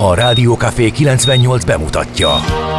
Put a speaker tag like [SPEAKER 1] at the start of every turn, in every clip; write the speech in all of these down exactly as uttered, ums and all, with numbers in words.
[SPEAKER 1] A Rádió Café kilencvennyolc bemutatja.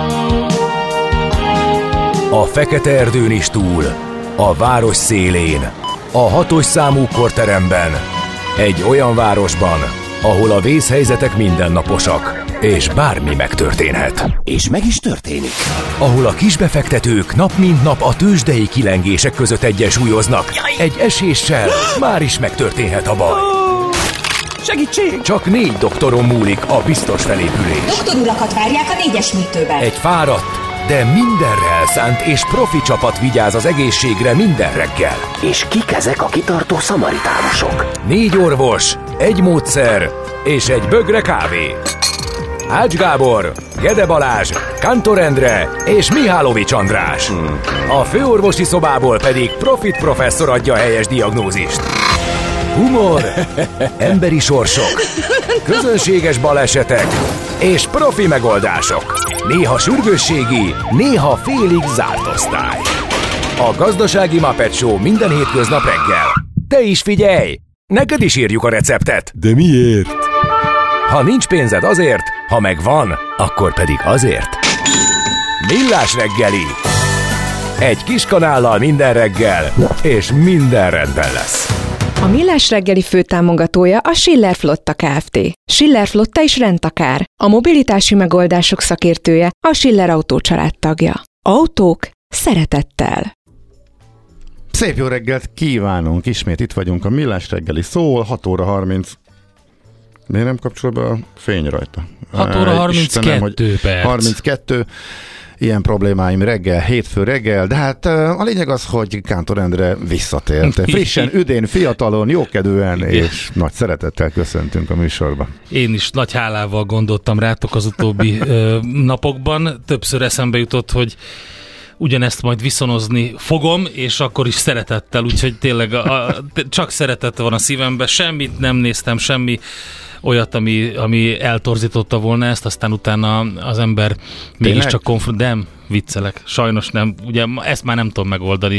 [SPEAKER 1] A fekete erdőn is túl, a város szélén, a hatos számú korteremben, egy olyan városban, ahol a vészhelyzetek mindennaposak, és bármi megtörténhet.
[SPEAKER 2] És meg is történik.
[SPEAKER 1] Ahol a kisbefektetők nap mint nap a tőzsdei kilengések között egyensúlyoznak, egy eséssel már is megtörténhet a baj.
[SPEAKER 3] Segítség!
[SPEAKER 1] Csak négy doktoron múlik a biztos felépülés.
[SPEAKER 4] Doktor urakat várják a négyes műtőben.
[SPEAKER 1] Egy fáradt, de mindenre elszánt és profi csapat vigyáz az egészségre minden reggel.
[SPEAKER 2] És kik ezek a kitartó szamaritánusok?
[SPEAKER 1] Négy orvos, egy módszer és egy bögre kávé. Ács Gábor, Gede Balázs, Kántor Endre és Mihálovics András. Hmm. A főorvosi szobából pedig Profit professzor adja a helyes diagnózist. Humor, emberi sorsok, közönséges balesetek és profi megoldások. Néha sürgősségi, néha félig zárt osztály. A Gazdasági Muppet Show minden hétköznap reggel. Te is figyelj! Neked is írjuk a receptet.
[SPEAKER 5] De miért?
[SPEAKER 1] Ha nincs pénzed azért, ha megvan, akkor pedig azért. Millás reggeli. Egy kis kanállal minden reggel, és minden rendben lesz.
[SPEAKER 6] A Millás reggeli főtámogatója a Schiller Flotta Kft. Schiller Flotta is rendtakár. A mobilitási megoldások szakértője, a Schiller Autó család tagja. Autók szeretettel.
[SPEAKER 5] Szép jó reggelt kívánunk! Ismét itt vagyunk, a Millás reggeli szól, hat óra harminc. Miért nem kapcsol be a fény rajta?
[SPEAKER 7] hat óra harminckettő perc.
[SPEAKER 5] harminckettő. Ilyen problémáim reggel, hétfő reggel, de hát a lényeg az, hogy Kántor Endre visszatért. Frissen, üdén, fiatalon, jókedvűen és nagy szeretettel köszöntünk a műsorba.
[SPEAKER 7] Én is nagy hálával gondoltam rátok az utóbbi ö, napokban. Többször eszembe jutott, hogy ugyanezt majd viszonozni fogom, és akkor is szeretettel, úgyhogy tényleg a, a, csak szeretet van a szívemben, semmit nem néztem, semmi olyat, ami, ami eltorzította volna ezt, aztán utána az ember mégiscsak konfront... Nem, viccelek, sajnos nem, ugye ezt már nem tudom megoldani.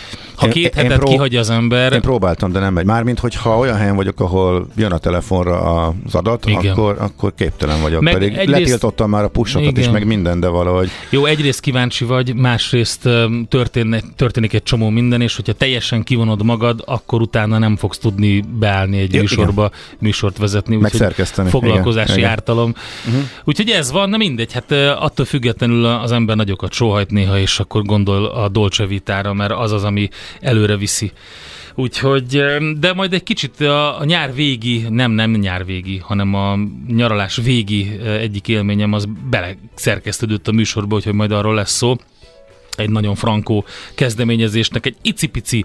[SPEAKER 7] Ha két én, hetet én kihagyja az ember...
[SPEAKER 5] Én próbáltam, de nem megy. Mármint, hogyha olyan helyen vagyok, ahol jön a telefonra az adat, akkor, akkor képtelen vagyok. Meg pedig egyrészt... letiltottam már a pusokat igen. is, meg minden, de valahogy...
[SPEAKER 7] Jó, egyrészt kíváncsi vagy, másrészt történik, történik egy csomó minden, és hogyha teljesen kivonod magad, akkor utána nem fogsz tudni beállni egy műsorba, igen. műsort vezetni.
[SPEAKER 5] Meg szerkeszteni.
[SPEAKER 7] Foglalkozási
[SPEAKER 5] igen.
[SPEAKER 7] ártalom. Uh-huh. Úgyhogy ez van, na mindegy, hát attól függetlenül az ember nagyokat sóhajt néha, és akkor gondol a Dolce Vitára, mert az az, ami előre viszi. Úgyhogy, de majd egy kicsit a, a nyár végi, nem, nem nyár végi, hanem a nyaralás végi egyik élményem az beleszerkesztődött a műsorba, úgyhogy majd arról lesz szó. Egy nagyon frankó kezdeményezésnek egy icipici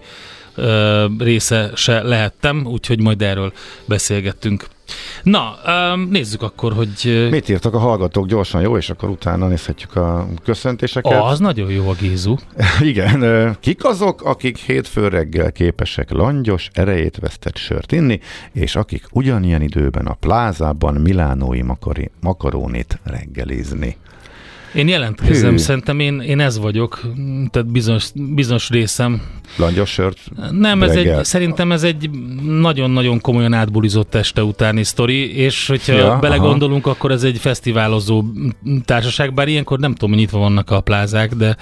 [SPEAKER 7] uh, része se lehettem, úgyhogy majd erről beszélgettünk. Na, nézzük akkor, hogy...
[SPEAKER 5] Mit írtak a hallgatók gyorsan, jó? És akkor utána nézhetjük a köszöntéseket.
[SPEAKER 7] Az nagyon jó a Gézu.
[SPEAKER 5] Igen. Kik azok, akik hétfő reggel képesek langyos, erejét vesztett sört inni, és akik ugyanilyen időben a plázában milánói makari, makarónit reggelizni?
[SPEAKER 7] Én jelentkezem, Hű. szerintem én, én ez vagyok, tehát bizonyos, bizonyos részem.
[SPEAKER 5] Langyos sört
[SPEAKER 7] Nem, ez egy, szerintem ez egy nagyon-nagyon komolyan átbulizott este utáni sztori, és hogyha ja, belegondolunk, aha. akkor ez egy fesztiválozó társaság, bár ilyenkor nem tudom, hogy nyitva vannak a plázák, de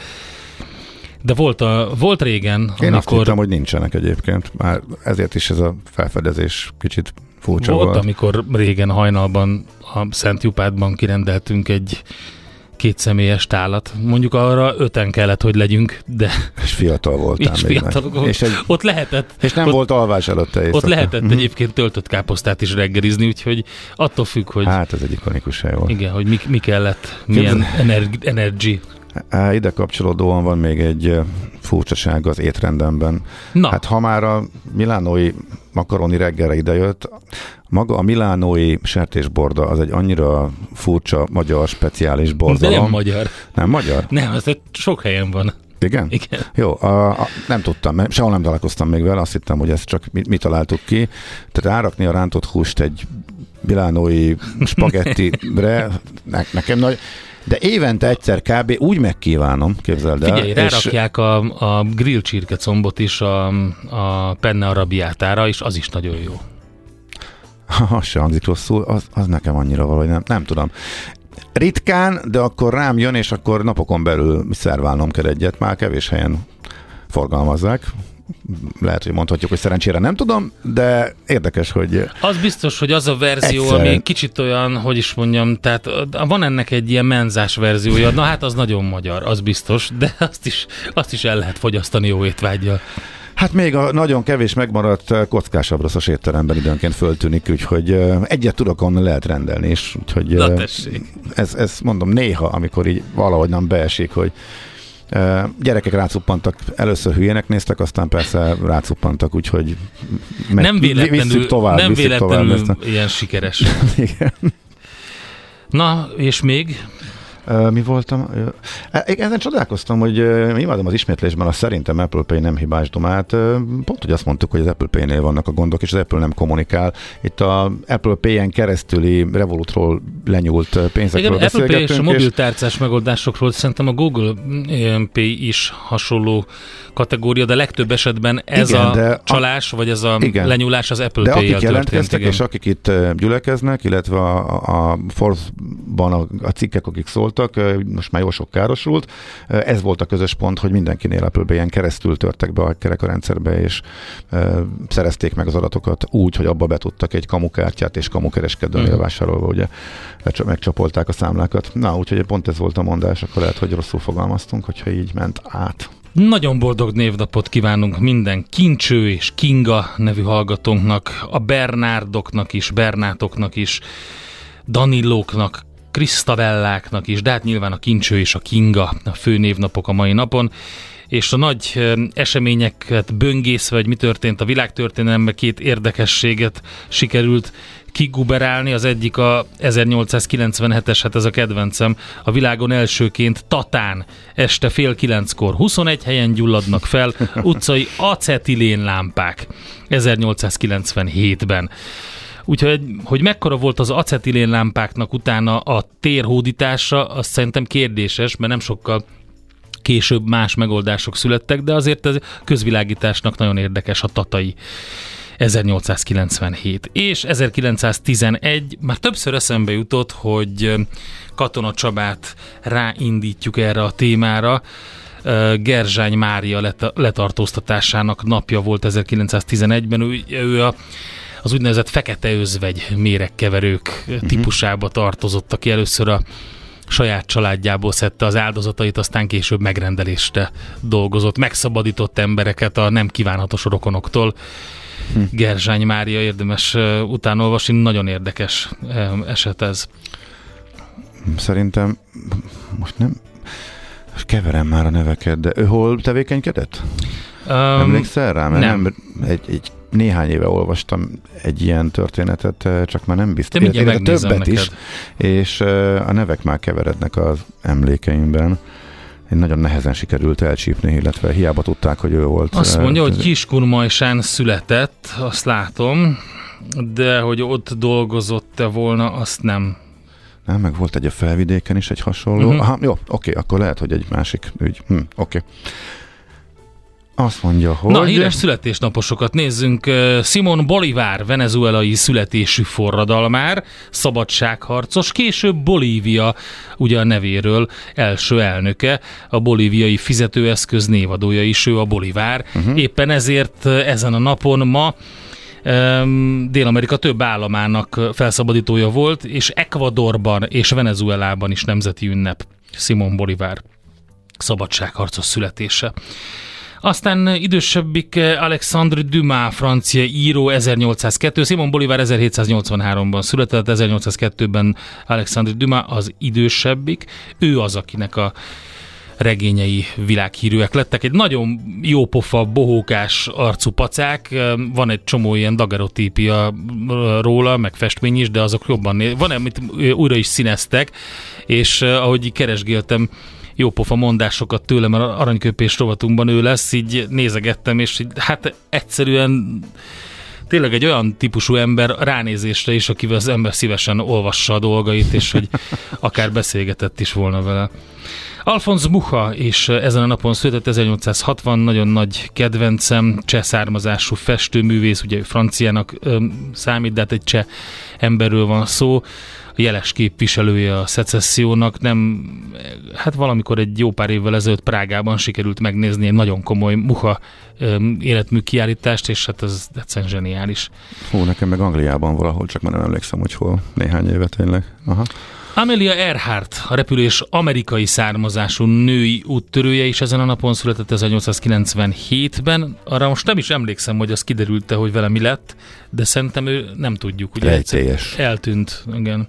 [SPEAKER 7] de volt, a, volt régen,
[SPEAKER 5] Én
[SPEAKER 7] amikor...
[SPEAKER 5] azt hittem, hogy nincsenek egyébként, már ezért is ez a felfedezés kicsit furcsa volt.
[SPEAKER 7] Volt, amikor régen hajnalban a Szent Jupátban kirendeltünk egy kétszemélyes tálat. Mondjuk arra öten kellett, hogy legyünk, de...
[SPEAKER 5] És fiatal voltál
[SPEAKER 7] és
[SPEAKER 5] még
[SPEAKER 7] fiatal, és egy... Ott lehetett...
[SPEAKER 5] És nem
[SPEAKER 7] ott,
[SPEAKER 5] volt alvás előtte éjszaka.
[SPEAKER 7] Ott lehetett mm-hmm. egyébként töltött káposztát is reggelizni, úgyhogy attól függ, hogy...
[SPEAKER 5] Hát ez egy ikonikus hely volt.
[SPEAKER 7] Igen, hogy mi, mi kellett, milyen energi, energy.
[SPEAKER 5] Ide kapcsolódóan van még egy furcsaság az étrendemben.
[SPEAKER 7] Na.
[SPEAKER 5] Hát ha már a milánói makaroni reggelre idejött, maga a milánói sertésborda az egy annyira furcsa magyar speciális borzalom.
[SPEAKER 7] De nem magyar.
[SPEAKER 5] Nem magyar?
[SPEAKER 7] Nem, ez sok helyen van.
[SPEAKER 5] Igen?
[SPEAKER 7] Igen.
[SPEAKER 5] Jó, a, a, nem tudtam, mert sehol nem találkoztam még vele, azt hittem, hogy ezt csak mi, mi találtuk ki. Tehát árakni a rántott húst egy milánói spagettire, ne, nekem nagy... De évente egyszer kb. Úgy megkívánom, képzeld el.
[SPEAKER 7] Figyelj, rárakják és... a, a grill csirkecombot is a, a penne arrabbiátára, és az is nagyon jó.
[SPEAKER 5] Az se hangzik rosszul, az, az nekem annyira valahogy nem, nem tudom. Ritkán, de akkor rám jön, és akkor napokon belül szerválnom kell egyet, már kevés helyen forgalmazzák. Lehet, hogy mondhatjuk, hogy szerencsére nem tudom, de érdekes, hogy...
[SPEAKER 7] Az biztos, hogy az a verzió,
[SPEAKER 5] egyszer...
[SPEAKER 7] ami kicsit olyan, hogy is mondjam, tehát van ennek egy ilyen menzás verziója, na hát az nagyon magyar, az biztos, de azt is, azt is el lehet fogyasztani jó étvággyal.
[SPEAKER 5] Hát még a nagyon kevés megmaradt kockásabb rossz étteremben időnként föltűnik, úgyhogy egyet tudok, onnan lehet rendelni, és úgyhogy
[SPEAKER 7] na tessék.
[SPEAKER 5] Ez, ez mondom néha, amikor így valahogy nem beesik, hogy Uh, gyerekek rácuppantak, először hülyének néztek, aztán persze rácuppantak, úgyhogy meg,
[SPEAKER 7] nem véletlenül,
[SPEAKER 5] tovább,
[SPEAKER 7] nem véletlenül
[SPEAKER 5] tovább,
[SPEAKER 7] ilyen sikeres.
[SPEAKER 5] Igen.
[SPEAKER 7] Na, és még?
[SPEAKER 5] Uh, mi voltam? Uh, ezen csodálkoztam, hogy uh, imádom az ismétlésben a szerintem Apple Pay nem hibás domát. Uh, pont, hogy azt mondtuk, hogy az Apple Pay-nél vannak a gondok, és az Apple nem kommunikál. Itt a Apple Pay-en keresztüli Revolutról lenyúlt pénzekről
[SPEAKER 7] igen, Apple Pay és a mobiltárcás megoldásokról szerintem a Google Pay is hasonló kategória, de legtöbb esetben ez igen, a csalás, a, vagy ez a igen, lenyúlás az Apple Pay-jel történt.
[SPEAKER 5] De akik jelentkeztek, és akik itt gyülekeznek, illetve a, a Forbes-ban a, a cikkek, akik szóltak, most már jó sok károsult. Ez volt a közös pont, hogy mindenkinél Apple Pay-en keresztül törtek be a kerekrendszerbe, és e, szerezték meg az adatokat úgy, hogy abba betudtak egy kamukártyát, és kamukereskedőnél hmm. vásárolva, ugye megcsapolták a számlákat. Na, úgyhogy pont ez volt a mondás, akkor lehet, hogy rosszul fogalmaztunk, hogyha így ment át.
[SPEAKER 7] Nagyon boldog névnapot kívánunk minden Kincső és Kinga nevű hallgatónknak, a Bernárdoknak is, Bernátoknak is, Danilóknak, Krisztavelláknak is, de hát nyilván a Kincső és a Kinga a fő névnapok a mai napon, és a nagy eseményeket böngészve, hogy mi történt a világtörténelemben, két érdekességet sikerült kiguberálni. Az egyik a ezernyolcszázkilencvenhetes, hát ez a kedvencem, a világon elsőként Tatán este fél kilenckor huszonegy helyen gyulladnak fel utcai acetilénlámpák ezernyolcszázkilencvenhétben. Úgyhogy, hogy mekkora volt az acetilénlámpáknak utána a térhódítása, azt szerintem kérdéses, mert nem sokkal később más megoldások születtek, de azért ez közvilágításnak nagyon érdekes a tatai ezernyolcszázkilencvenhét. És ezerkilencszáztizenegy, már többször eszembe jutott, hogy Katona Csabát ráindítjuk erre a témára. Gerzsány Mária letartóztatásának napja volt ezerkilencszáztizenegyben. Ő, ő a az úgynevezett fekete özvegy méregkeverők uh-huh. típusába tartozott, aki először a saját családjából szedte az áldozatait, aztán később megrendelésre dolgozott, megszabadított embereket a nem kívánatos rokonoktól. Uh-huh. Gerzsány Mária, érdemes uh, utánolvasni, nagyon érdekes uh, eset ez.
[SPEAKER 5] Szerintem most nem keverem már a neveket, de ő hol tevékenykedett? Um, Emlékszel rá? Mert
[SPEAKER 7] nem.
[SPEAKER 5] nem egy, egy néhány éve olvastam egy ilyen történetet, csak már nem biztos.
[SPEAKER 7] Te mindjárt megnézem
[SPEAKER 5] többet
[SPEAKER 7] neked.
[SPEAKER 5] is, és a nevek már keverednek az emlékeimben. Nagyon nehezen sikerült elcsípni, illetve hiába tudták, hogy ő volt.
[SPEAKER 7] Azt mondja, hogy Kiskunmajsán született, azt látom, de hogy ott dolgozott-e volna, azt nem.
[SPEAKER 5] Nem, meg volt egy a Felvidéken is egy hasonló. Uh-huh. Aha, jó, oké, akkor lehet, hogy egy másik ügy. Hm, oké. Azt mondja, hogy...
[SPEAKER 7] Na, híres születésnaposokat nézzünk. Simón Bolívar, venezuelai születésű forradalmár, szabadságharcos, később Bolívia, ugye a nevéről első elnöke, a bolíviai fizetőeszköz névadója is ő a Bolívar. Uh-huh. Éppen ezért ezen a napon ma um, Dél-Amerika több államának felszabadítója volt, és Ecuadorban és Venezuelában is nemzeti ünnep Simón Bolívar szabadságharcos születése. Aztán idősebbik Alexandre Dumas, francia író, ezernyolcszázkettő, Simón Bolívar ezerhétszáznyolcvanháromban született, ezernyolcszázkettőben Alexandre Dumas az idősebbik. Ő az, akinek a regényei világhírűek lettek. Egy nagyon jópofa, bohókás arcú pacák, van egy csomó ilyen dagerotípia róla, meg festmény is, de azok jobban néz. Van, amit újra is színeztek, és ahogy keresgéltem jópofa mondásokat tőle, mert aranyköpés rovatunkban ő lesz, így nézegettem, és így, hát egyszerűen tényleg egy olyan típusú ember ránézésre is, akivel az ember szívesen olvassa a dolgait, és hogy akár beszélgetett is volna vele. Alfons Mucha, és ezen a napon született ezernyolcszázhatvan, nagyon nagy kedvencem, cseh származású festőművész, ugye franciának öm, számít, de hát egy cseh emberről van szó, a jeles képviselője a szecessziónak, nem, hát valamikor egy jó pár évvel ezelőtt Prágában sikerült megnézni egy nagyon komoly Mucha öm, életmű kiállítást, és hát ez egyszerűen zseniális.
[SPEAKER 5] Hú, nekem meg Angliában valahol, csak már nem emlékszem, hogy hol, néhány éve tényleg. Aha.
[SPEAKER 7] Amelia Earhart, a repülés amerikai származású női úttörője is ezen a napon született egyezernyolcszázkilencvenhétben. Arra most nem is emlékszem, hogy az kiderült-e, hogy vele mi lett, de szerintem ő nem tudjuk. Ugye
[SPEAKER 5] Rejtélyes.
[SPEAKER 7] Eltűnt, igen.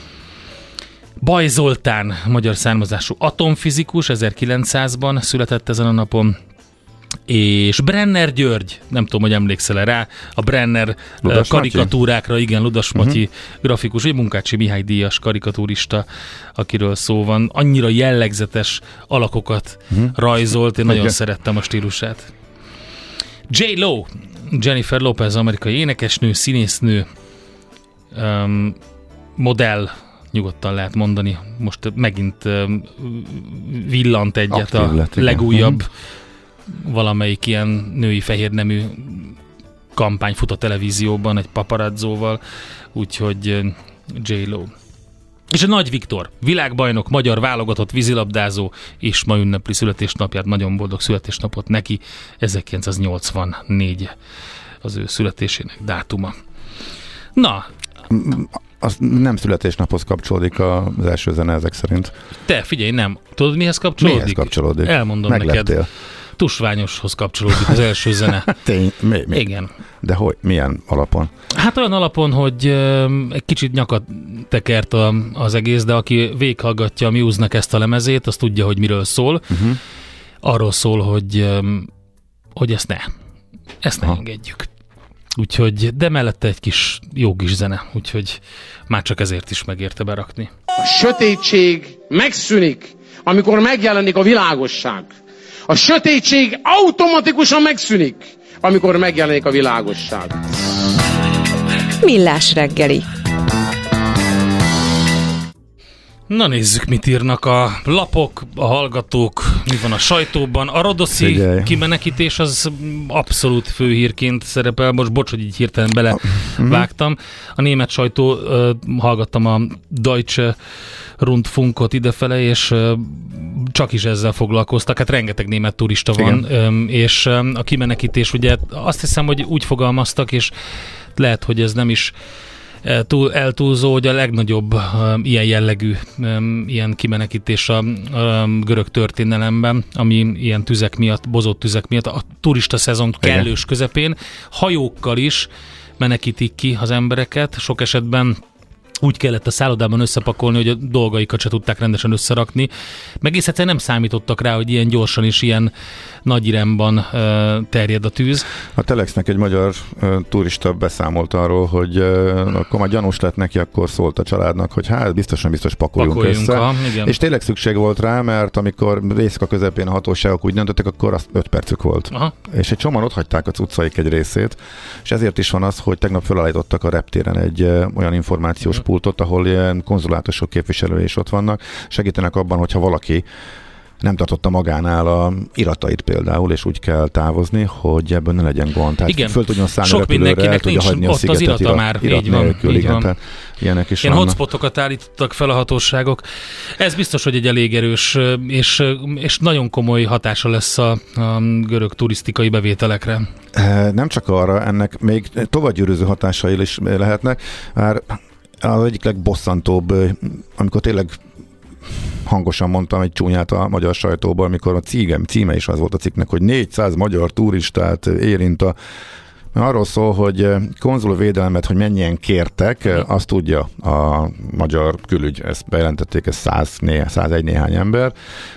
[SPEAKER 7] Baj Zoltán, magyar származású atomfizikus, ezerkilencszázban született ezen a napon. És Brenner György, nem tudom, hogy emlékszel rá, a Brenner
[SPEAKER 5] Ludas
[SPEAKER 7] karikatúrákra,
[SPEAKER 5] Matyi?
[SPEAKER 7] igen, Ludas Matyi
[SPEAKER 5] uh-huh.
[SPEAKER 7] grafikus, egy Munkácsi Mihály díjas karikatúrista, akiről szó van. Annyira jellegzetes alakokat uh-huh. rajzolt, én nagyon
[SPEAKER 5] igen.
[SPEAKER 7] szerettem a stílusát. J. Lo, Jennifer Lopez, amerikai énekesnő, színésznő, um, modell, nyugodtan lehet mondani. Most megint um, villant egyet aktív a lett, legújabb uh-huh. valamelyik ilyen női fehérnemű kampány fut a televízióban egy paparazzóval, úgyhogy J. Lo. És a Nagy Viktor, világbajnok, magyar válogatott vízilabdázó, és ma ünnepli születésnapját, nagyon boldog születésnapot neki, ezerkilencszáznyolcvannégy az ő születésének dátuma. Na,
[SPEAKER 5] az nem születésnaphoz kapcsolódik az első zene ezek szerint.
[SPEAKER 7] Te, figyelj, nem. Tudod, mihez kapcsolódik?
[SPEAKER 5] Mihez kapcsolódik?
[SPEAKER 7] Elmondom
[SPEAKER 5] Megleptél.
[SPEAKER 7] neked. Tusványoshoz kapcsolódik az első zene.
[SPEAKER 5] Tény, mi, mi?
[SPEAKER 7] Igen.
[SPEAKER 5] De hogy? Milyen alapon?
[SPEAKER 7] Hát olyan alapon, hogy ö, egy kicsit nyakat tekert a, az egész, de aki végighallgatja a Muse-nek ezt a lemezét, az tudja, hogy miről szól. Uh-huh. Arról szól, hogy, ö, hogy ezt ne. Ezt ne Aha. engedjük. Úgyhogy, de mellette egy kis jó kis zene, úgyhogy már csak ezért is megérte berakni.
[SPEAKER 8] A sötétség megszűnik, amikor megjelenik a világosság. A sötétség automatikusan megszűnik, amikor megjelenik a világosság.
[SPEAKER 6] Millás reggeli.
[SPEAKER 7] Na nézzük, mit írnak a lapok, a hallgatók, mi van a sajtóban. A rodoszi Figyelj. kimenekítés az abszolút főhírként szerepel. Most bocs, hogy így hirtelen belevágtam. A német sajtó, uh, hallgattam a Deutsche Rundfunkot idefele, és uh, csak is ezzel foglalkoztak. Hát rengeteg német turista van, um, és um, a kimenekítés, ugye azt hiszem, hogy úgy fogalmaztak, és lehet, hogy ez nem is túl eltúlzó, hogy a legnagyobb um, ilyen jellegű um, ilyen kimenekítés a um, görög történelemben, ami ilyen tüzek miatt, bozott tüzek miatt, a turista szezon kellős közepén hajókkal is menekítik ki az embereket, sok esetben úgy kellett a szállodában összepakolni, hogy a dolgaikat se tudták rendesen összerakni. Meg egész egyszerűen nem számítottak rá, hogy ilyen gyorsan és ilyen nagy irányban uh, terjed a tűz.
[SPEAKER 5] A Telexnek egy magyar uh, turista beszámolt arról, hogy uh, akkor már gyanús lett neki, akkor szólt a családnak, hogy hát biztosan biztos pakoljunk, pakoljunk össze. Ha, és tényleg szükség volt rá, mert amikor éjszaka közepén a hatóságok úgy döntöttek, akkor azt öt percük volt. Aha. És egy csomóan ott hagyták a cuccaik egy részét, és ezért is van az, hogy tegnap felállítottak a reptéren egy uh, olyan információs uh-huh. pultot, ahol ilyen konzulátusok képviselői is ott vannak, segítenek abban, hogyha valaki nem tartotta magánál a iratait például, és úgy kell távozni, hogy ebből ne legyen gond. Tehát
[SPEAKER 7] igen,
[SPEAKER 5] föl tudjon szállni
[SPEAKER 7] sok
[SPEAKER 5] repülőre, el tudja hagyni a szigetet,
[SPEAKER 7] az irata
[SPEAKER 5] irat,
[SPEAKER 7] már,
[SPEAKER 5] irat
[SPEAKER 7] így van,
[SPEAKER 5] nélkül,
[SPEAKER 7] így
[SPEAKER 5] igen,
[SPEAKER 7] van.
[SPEAKER 5] Tehát ilyenek is
[SPEAKER 7] ilyen
[SPEAKER 5] vannak.
[SPEAKER 7] hotspotokat állítottak fel a hatóságok. Ez biztos, hogy egy elég erős, és, és nagyon komoly hatása lesz a, a görög turisztikai bevételekre.
[SPEAKER 5] Nem csak arra, ennek még továbbgyűrűző hatásai is lehetnek. Már az egyik legbosszantóbb, amikor tényleg hangosan mondtam egy csúnyát a magyar sajtóból, amikor a cígem, címe is az volt a cikknek, hogy négyszáz magyar turistát érint a... Arról szól, hogy konzulvédelmet, hogy mennyien kértek, azt tudja a magyar külügy, ezt bejelentették, ez százegy néhány ember,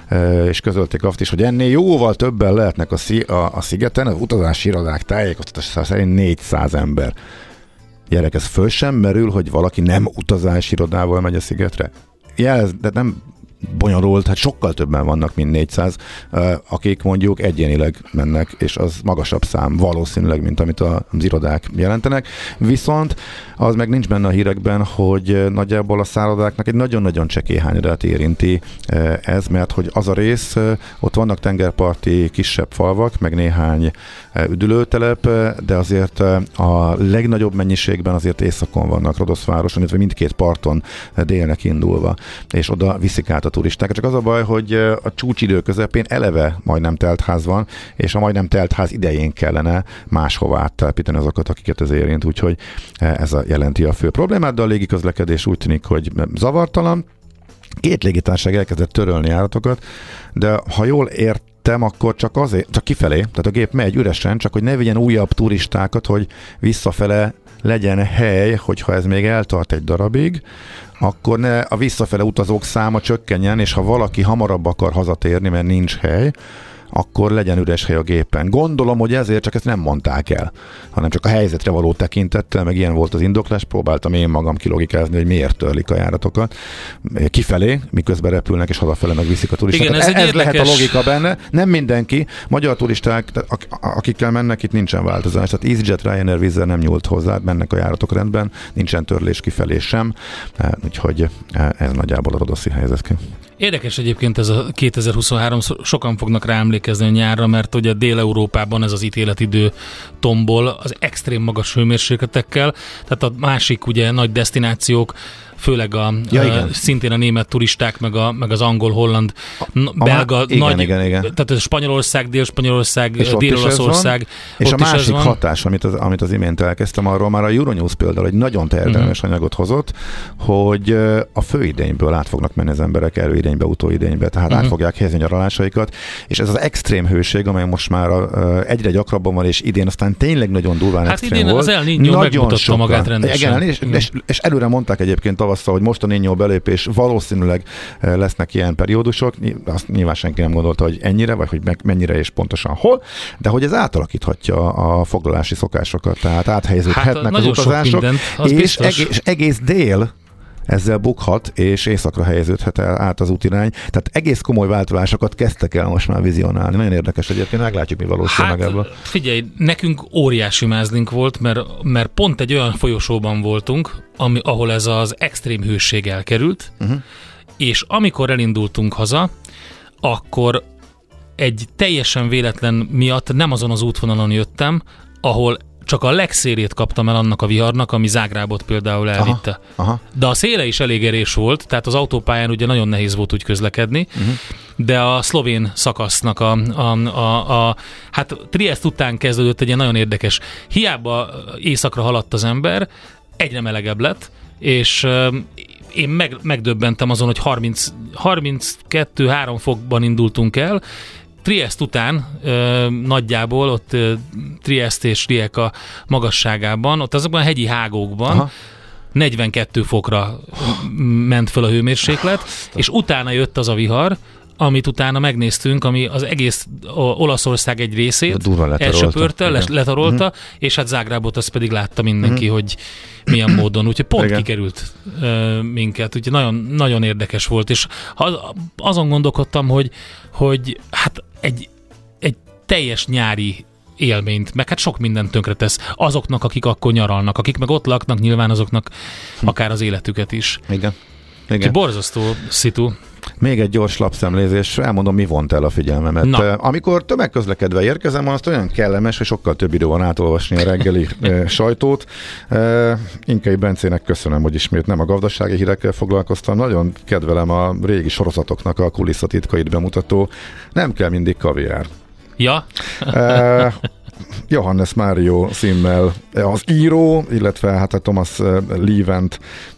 [SPEAKER 5] és közölték azt is, hogy ennél jóval többen lehetnek a, szi- a, a szigeten, az utazási irodák tájékoztatása szerint négyszáz ember. Gyerek, ez föl sem merül, hogy valaki nem utazási irodával megy a szigetre? Jelez, de nem, bonyolult, hát sokkal többen vannak, mint négyszáz, akik mondjuk egyénileg mennek, és az magasabb szám valószínűleg, mint amit az irodák jelentenek. Viszont az meg nincs benne a hírekben, hogy nagyjából a szállodáknak egy nagyon-nagyon csekély hányadát érinti ez, mert hogy az a rész, ott vannak tengerparti kisebb falvak, meg néhány üdülőtelep, de azért a legnagyobb mennyiségben azért északon vannak, Rodoszvároson, illetve mindkét parton délnek indulva, és oda viszik át a turisták. Csak az a baj, hogy a csúcsidő közepén eleve majdnem teltház van, és a majdnem teltház idején kellene máshova áttelepíteni azokat, akiket ez érint, úgyhogy ez a jelenti a fő problémát, de a légiközlekedés úgy tűnik, hogy zavartalan. Két légitársaság elkezdett törölni járatokat, de ha jól értem, akkor csak azért, csak kifelé, tehát a gép megy üresen, csak hogy ne vigyen újabb turistákat, hogy visszafele legyen hely, hogyha ez még eltart egy darabig, akkor ne a visszafele utazók száma csökkenjen, és ha valaki hamarabb akar hazatérni, mert nincs hely, akkor legyen üres hely a gépen. Gondolom, hogy ezért csak ezt nem mondták el, hanem csak a helyzetre való tekintettel, meg ilyen volt az indoklás, próbáltam én magam kilogikázni, hogy miért törlik a járatokat kifelé, miközben repülnek, és hazafele megviszik a turistákat. Igen, ez, ez érdekes... lehet a logika benne. Nem mindenki. Magyar turisták, akikkel mennek, itt nincsen változás. Tehát EasyJet, Ryanair, Wizz Air nem nyúlt hozzá, mennek a járatok rendben, nincsen törlés kifelé sem, úgyhogy ez nagyjából a rodoszi helyzet.
[SPEAKER 7] Érdekes egyébként ez a kétezer-huszonhárom, sokan fognak rá emlékezni a nyárra, mert ugye Dél-Európában ez az ítéletidő tombol az extrém magas hőmérsékletekkel, tehát a másik ugye nagy desztinációk, főleg a, ja, a szintén a német turisták, meg, a, meg az angol, holland, a, belga,
[SPEAKER 5] a, igen, nagy, igen, igen.
[SPEAKER 7] tehát ez Spanyolország, Dél-Spanyolország, Dél-Olaszország.
[SPEAKER 5] És a másik hatás, amit az, amit az imént elkezdtem, arról már a Euronews például egy nagyon terjedelmes uh-huh. anyagot hozott, hogy a főidényből át fognak menni az emberek előidénybe, utóidénybe, tehát uh-huh. át fogják helyezni nyaralásaikat, és ez az extrém hőség, amely most már a, egyre gyakrabban van, és idén aztán tényleg nagyon durván
[SPEAKER 7] hát
[SPEAKER 5] extrém
[SPEAKER 7] idén
[SPEAKER 5] volt.
[SPEAKER 7] Az El Niño megmutatta magát rendesen.
[SPEAKER 5] Igen, és, és, és előre mondták egyébként tavasszal, hogy most a Niño belépés valószínűleg lesznek ilyen periódusok. Azt nyilván senki nem gondolta, hogy ennyire, vagy hogy mennyire és pontosan hol, de hogy ez átalakíthatja a foglalási szokásokat, tehát áthelyeződhetnek hát, az utazások, mindent, az és, egész, és egész dél ezzel bukhat, és északra helyeződhet el át az útirány. Tehát egész komoly változásokat kezdtek el most már vizionálni. Nagyon érdekes egyébként, meglátjuk, mi valósul
[SPEAKER 7] hát,
[SPEAKER 5] meg ebből.
[SPEAKER 7] Figyelj, nekünk óriási mázlink volt, mert, mert pont egy olyan folyosóban voltunk, ami, ahol ez az extrém hőség elkerült, uh-huh. és amikor elindultunk haza, akkor egy teljesen véletlen miatt nem azon az útvonalon jöttem, ahol csak a legszélét kaptam el annak a viharnak, ami Zágrábot például elvitte. Aha, aha. De a széle is elég erős volt, tehát az autópályán ugye nagyon nehéz volt úgy közlekedni, uh-huh. de a szlovén szakasznak a, a, a, a hát Triest után kezdődött egy ilyen nagyon érdekes. Hiába északra haladt az ember, egyre melegebb lett, és uh, én meg, megdöbbentem azon, hogy harminc, harminckettő három fokban indultunk el, Triest után ö, nagyjából, ott ö, Triest és Rijeka magasságában, ott azokban a hegyi hágókban aha. negyvenkettő fokra ment föl a hőmérséklet, és utána jött az a vihar, amit utána megnéztünk, ami az egész Olaszország egy részét elsöpörte, letarolta, uh-huh. és hát Zágrábot azt pedig látta mindenki, uh-huh. hogy milyen módon, úgyhogy pont igen. kikerült uh, minket, úgyhogy nagyon, nagyon érdekes volt, és azon gondolkodtam, hogy, hogy hát egy, egy teljes nyári élményt, meg hát sok mindent tönkretesz azoknak, akik akkor nyaralnak, akik meg ott laknak, nyilván azoknak hm. akár az életüket is.
[SPEAKER 5] Igen. Igen.
[SPEAKER 7] Borzasztó szitu.
[SPEAKER 5] Még egy gyors lapszemlézés, elmondom, mi vont el a figyelmemet. Na. Amikor tömegközlekedve érkezem, azt olyan kellemes, hogy sokkal több idő van átolvasni a reggeli e, sajtót. E, Inkai Bencének köszönöm, hogy ismét nem a gazdasági hírekkel foglalkoztam. Nagyon kedvelem a régi sorozatoknak a kulisszatitkait bemutató. Nem kell mindig kaviár.
[SPEAKER 7] Ja.
[SPEAKER 5] e, Johannes Mario címmel az író, illetve hát a Thomas Levent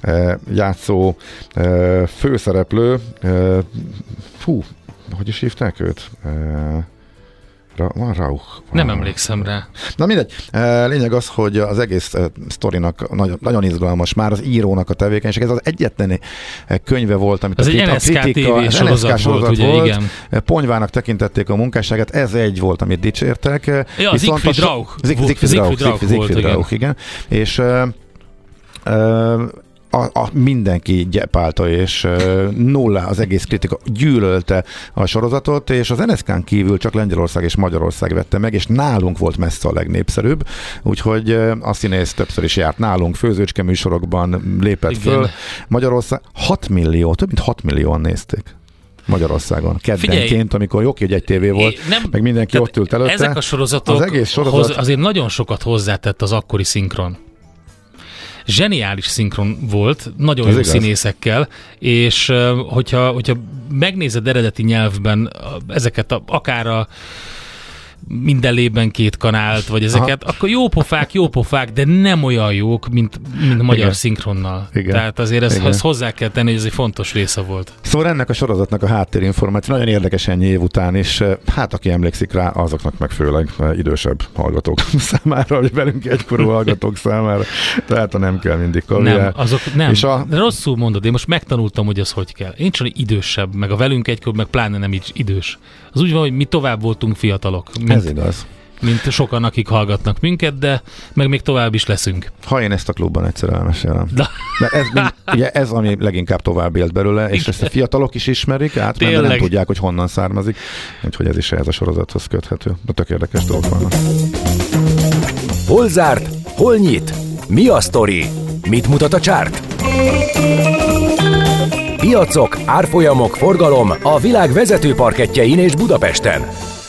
[SPEAKER 5] játszó főszereplő. Fú, hogy is hívták őt? Ra- van Rauch.
[SPEAKER 7] Nem emlékszem rá.
[SPEAKER 5] Na mindegy. Lényeg az, hogy az egész sztorinak nagyon, nagyon izgalmas már az írónak a tevékenység. Ez az egyetlen könyve volt, amit
[SPEAKER 7] ez
[SPEAKER 5] a,
[SPEAKER 7] egy en es ká té vé sorozat,
[SPEAKER 5] sorozat volt,
[SPEAKER 7] ugye,
[SPEAKER 5] volt.
[SPEAKER 7] Igen.
[SPEAKER 5] Ponyvának tekintették a munkásságát, ez egy volt, amit dicsértek.
[SPEAKER 7] Ja, Siegfried Rauch.
[SPEAKER 5] Siegfried Rauch, Siegfried Rauch, igen. És uh, uh, a, a mindenki gyepálta, és nulla az egész kritika gyűlölte a sorozatot, és az en es ká-n kívül csak Lengyelország és Magyarország vette meg, és nálunk volt messze a legnépszerűbb, úgyhogy a színész többször is járt nálunk, főzőcske műsorokban lépett Igen. föl. Magyarország hat millió, több mint hat millióan nézték. Magyarországon. Keddenként, Figyelj, amikor jó, hogy egy tévé volt, nem, meg mindenki ott ült előtte.
[SPEAKER 7] Ezek a sorozatok
[SPEAKER 5] az egész sorozat...
[SPEAKER 7] hoz, azért nagyon sokat hozzátett az akkori szinkron. Zseniális szinkron volt, nagyon Ez jó igaz. Színészekkel, és hogyha, hogyha megnézed eredeti nyelvben ezeket a, akár a minden lében két kanált, vagy ezeket, Aha. akkor jó pofák, jó pofák, de nem olyan jók, mint, mint magyar Igen. szinkronnal. Igen. Tehát azért ezt, ezt hozzá kell tenni, hogy ez egy fontos része volt.
[SPEAKER 5] Szóval ennek a sorozatnak a háttérinformáció nagyon érdekes ennyi év után, és hát aki emlékszik rá, azoknak meg főleg idősebb hallgatók számára, vagy velünk egykorú hallgatók számára. Tehát a nem kell mindig kaviár.
[SPEAKER 7] Nem, azok nem. És a... rosszul mondod, én most megtanultam, hogy az hogy kell. Én csak idősebb, meg a velünk egykor, meg pláne nem így idős. Az úgy van, hogy mi tovább voltunk fiatalok. Mint,
[SPEAKER 5] Ez igaz.
[SPEAKER 7] Mint sokan, akik hallgatnak minket, de meg még tovább is leszünk.
[SPEAKER 5] Ha én ezt a klubban egyszer elmesélem. De. Mert ez, ugye ez, ami leginkább tovább élt belőle, és ezt a fiatalok is ismerik, át, de nem tudják, hogy honnan származik. Úgyhogy ez is ehhez a sorozathoz köthető. De tök érdekes dolgok vannak.
[SPEAKER 1] Hol zárt? Hol nyit? Mi a sztori? Mit mutat a csárt? Piacok, árfolyamok, forgalom a világ vezető parkettjein és Budapesten.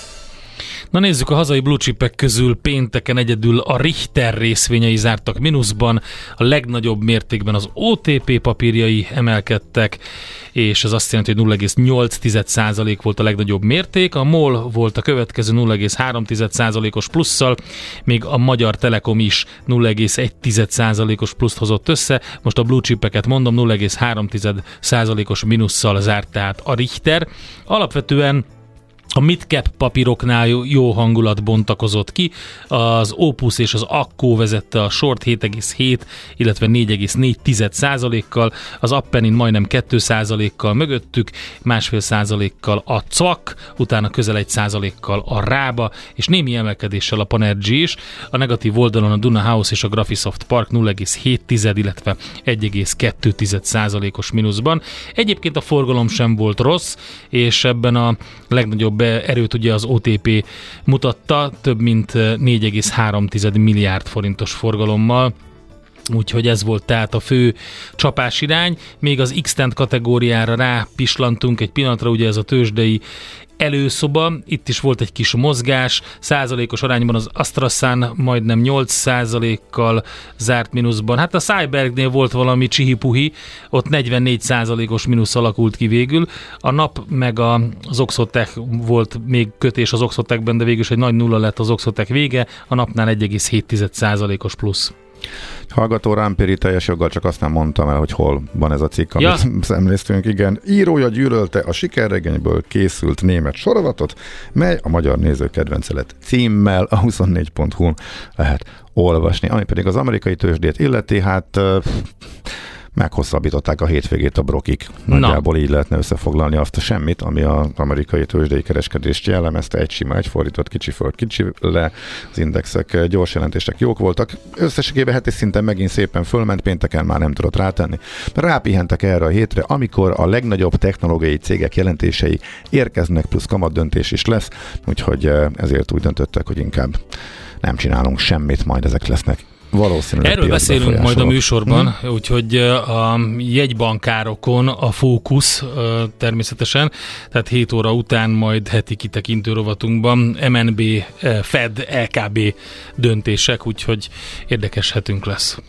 [SPEAKER 7] Na nézzük, a hazai blue chipek közül pénteken egyedül a Richter részvényei zártak mínuszban, a legnagyobb mértékben az o té pé papírjai emelkedtek, és ez azt jelenti, hogy nulla egész nyolc százalék volt a legnagyobb mérték, a MOL volt a következő nulla egész három százalékos plusszal, még a Magyar Telekom is nulla egész egy százalékos pluszt hozott össze, most a blue chipeket mondom, nulla egész három százalékos mínusszal zárt tehát a Richter. Alapvetően a midcap papíroknál jó, jó hangulat bontakozott ki, az Opus és az Akko vezette a short hét egész hét, illetve négy egész négy százalékkal, az Appenin majdnem két százalékkal mögöttük, másfél százalékkal a cvak, utána közel egy százalékkal a Rába, és némi emelkedéssel a Panergy is. A negatív oldalon a Duna House és a Graphisoft Park nulla egész hét, illetve egy egész kettő százalékos mínuszban. Egyébként a forgalom sem volt rossz, és ebben a legnagyobb erőt ugye az o té pé mutatta, több mint négy egész három milliárd forintos forgalommal, úgyhogy ez volt tehát a fő csapásirány. Még az X-Tent kategóriára rápislantunk egy pillanatra, ugye ez a tőzsdei előszoba, itt is volt egy kis mozgás, százalékos arányban az AstraZan majdnem nyolc százalékkal zárt mínuszban. Hát a Cybergnél volt valami csihipuhi, ott negyvennégy százalékos mínusz alakult ki végül. A nap meg a, az Oxotec volt még kötés az Oxotecben, de végül is egy nagy nulla lett az Oxotec vége, a napnál egy egész hét százalékos plusz.
[SPEAKER 5] Hallgató Rámpéri teljes joggal, csak azt nem mondtam el, hogy hol van ez a cikk, amit ja. szemléztünk. Igen, írója gyűlölte a sikerregényből készült német sorozatot, mely a magyar néző kedvence lett címmel, a huszonnégy pont hu-n lehet olvasni. Ami pedig az amerikai tőzsdét illeti, hát meghosszabbították a hétvégét a brokik. Nagyjából Na. így lehetne összefoglalni azt a semmit, ami az amerikai tőzsdei kereskedést jellemezte. Egy sima, egy fordított, kicsi föl, kicsi le. Az indexek gyors jelentések jók voltak. Összességében heti szinten megint szépen fölment, pénteken már nem tudott rátenni. Rápihentek erre a hétre, amikor a legnagyobb technológiai cégek jelentései érkeznek, plusz kamatdöntés is lesz, úgyhogy ezért úgy döntöttek, hogy inkább nem csinálunk semmit, majd ezek lesznek.
[SPEAKER 7] Erről beszélünk majd a műsorban, hmm. úgyhogy a jegybankárokon a fókusz természetesen, tehát hét óra után majd heti kitekintő rovatunkban em en bé, Fed, el ká bé döntések, úgyhogy érdekes hetünk lesz.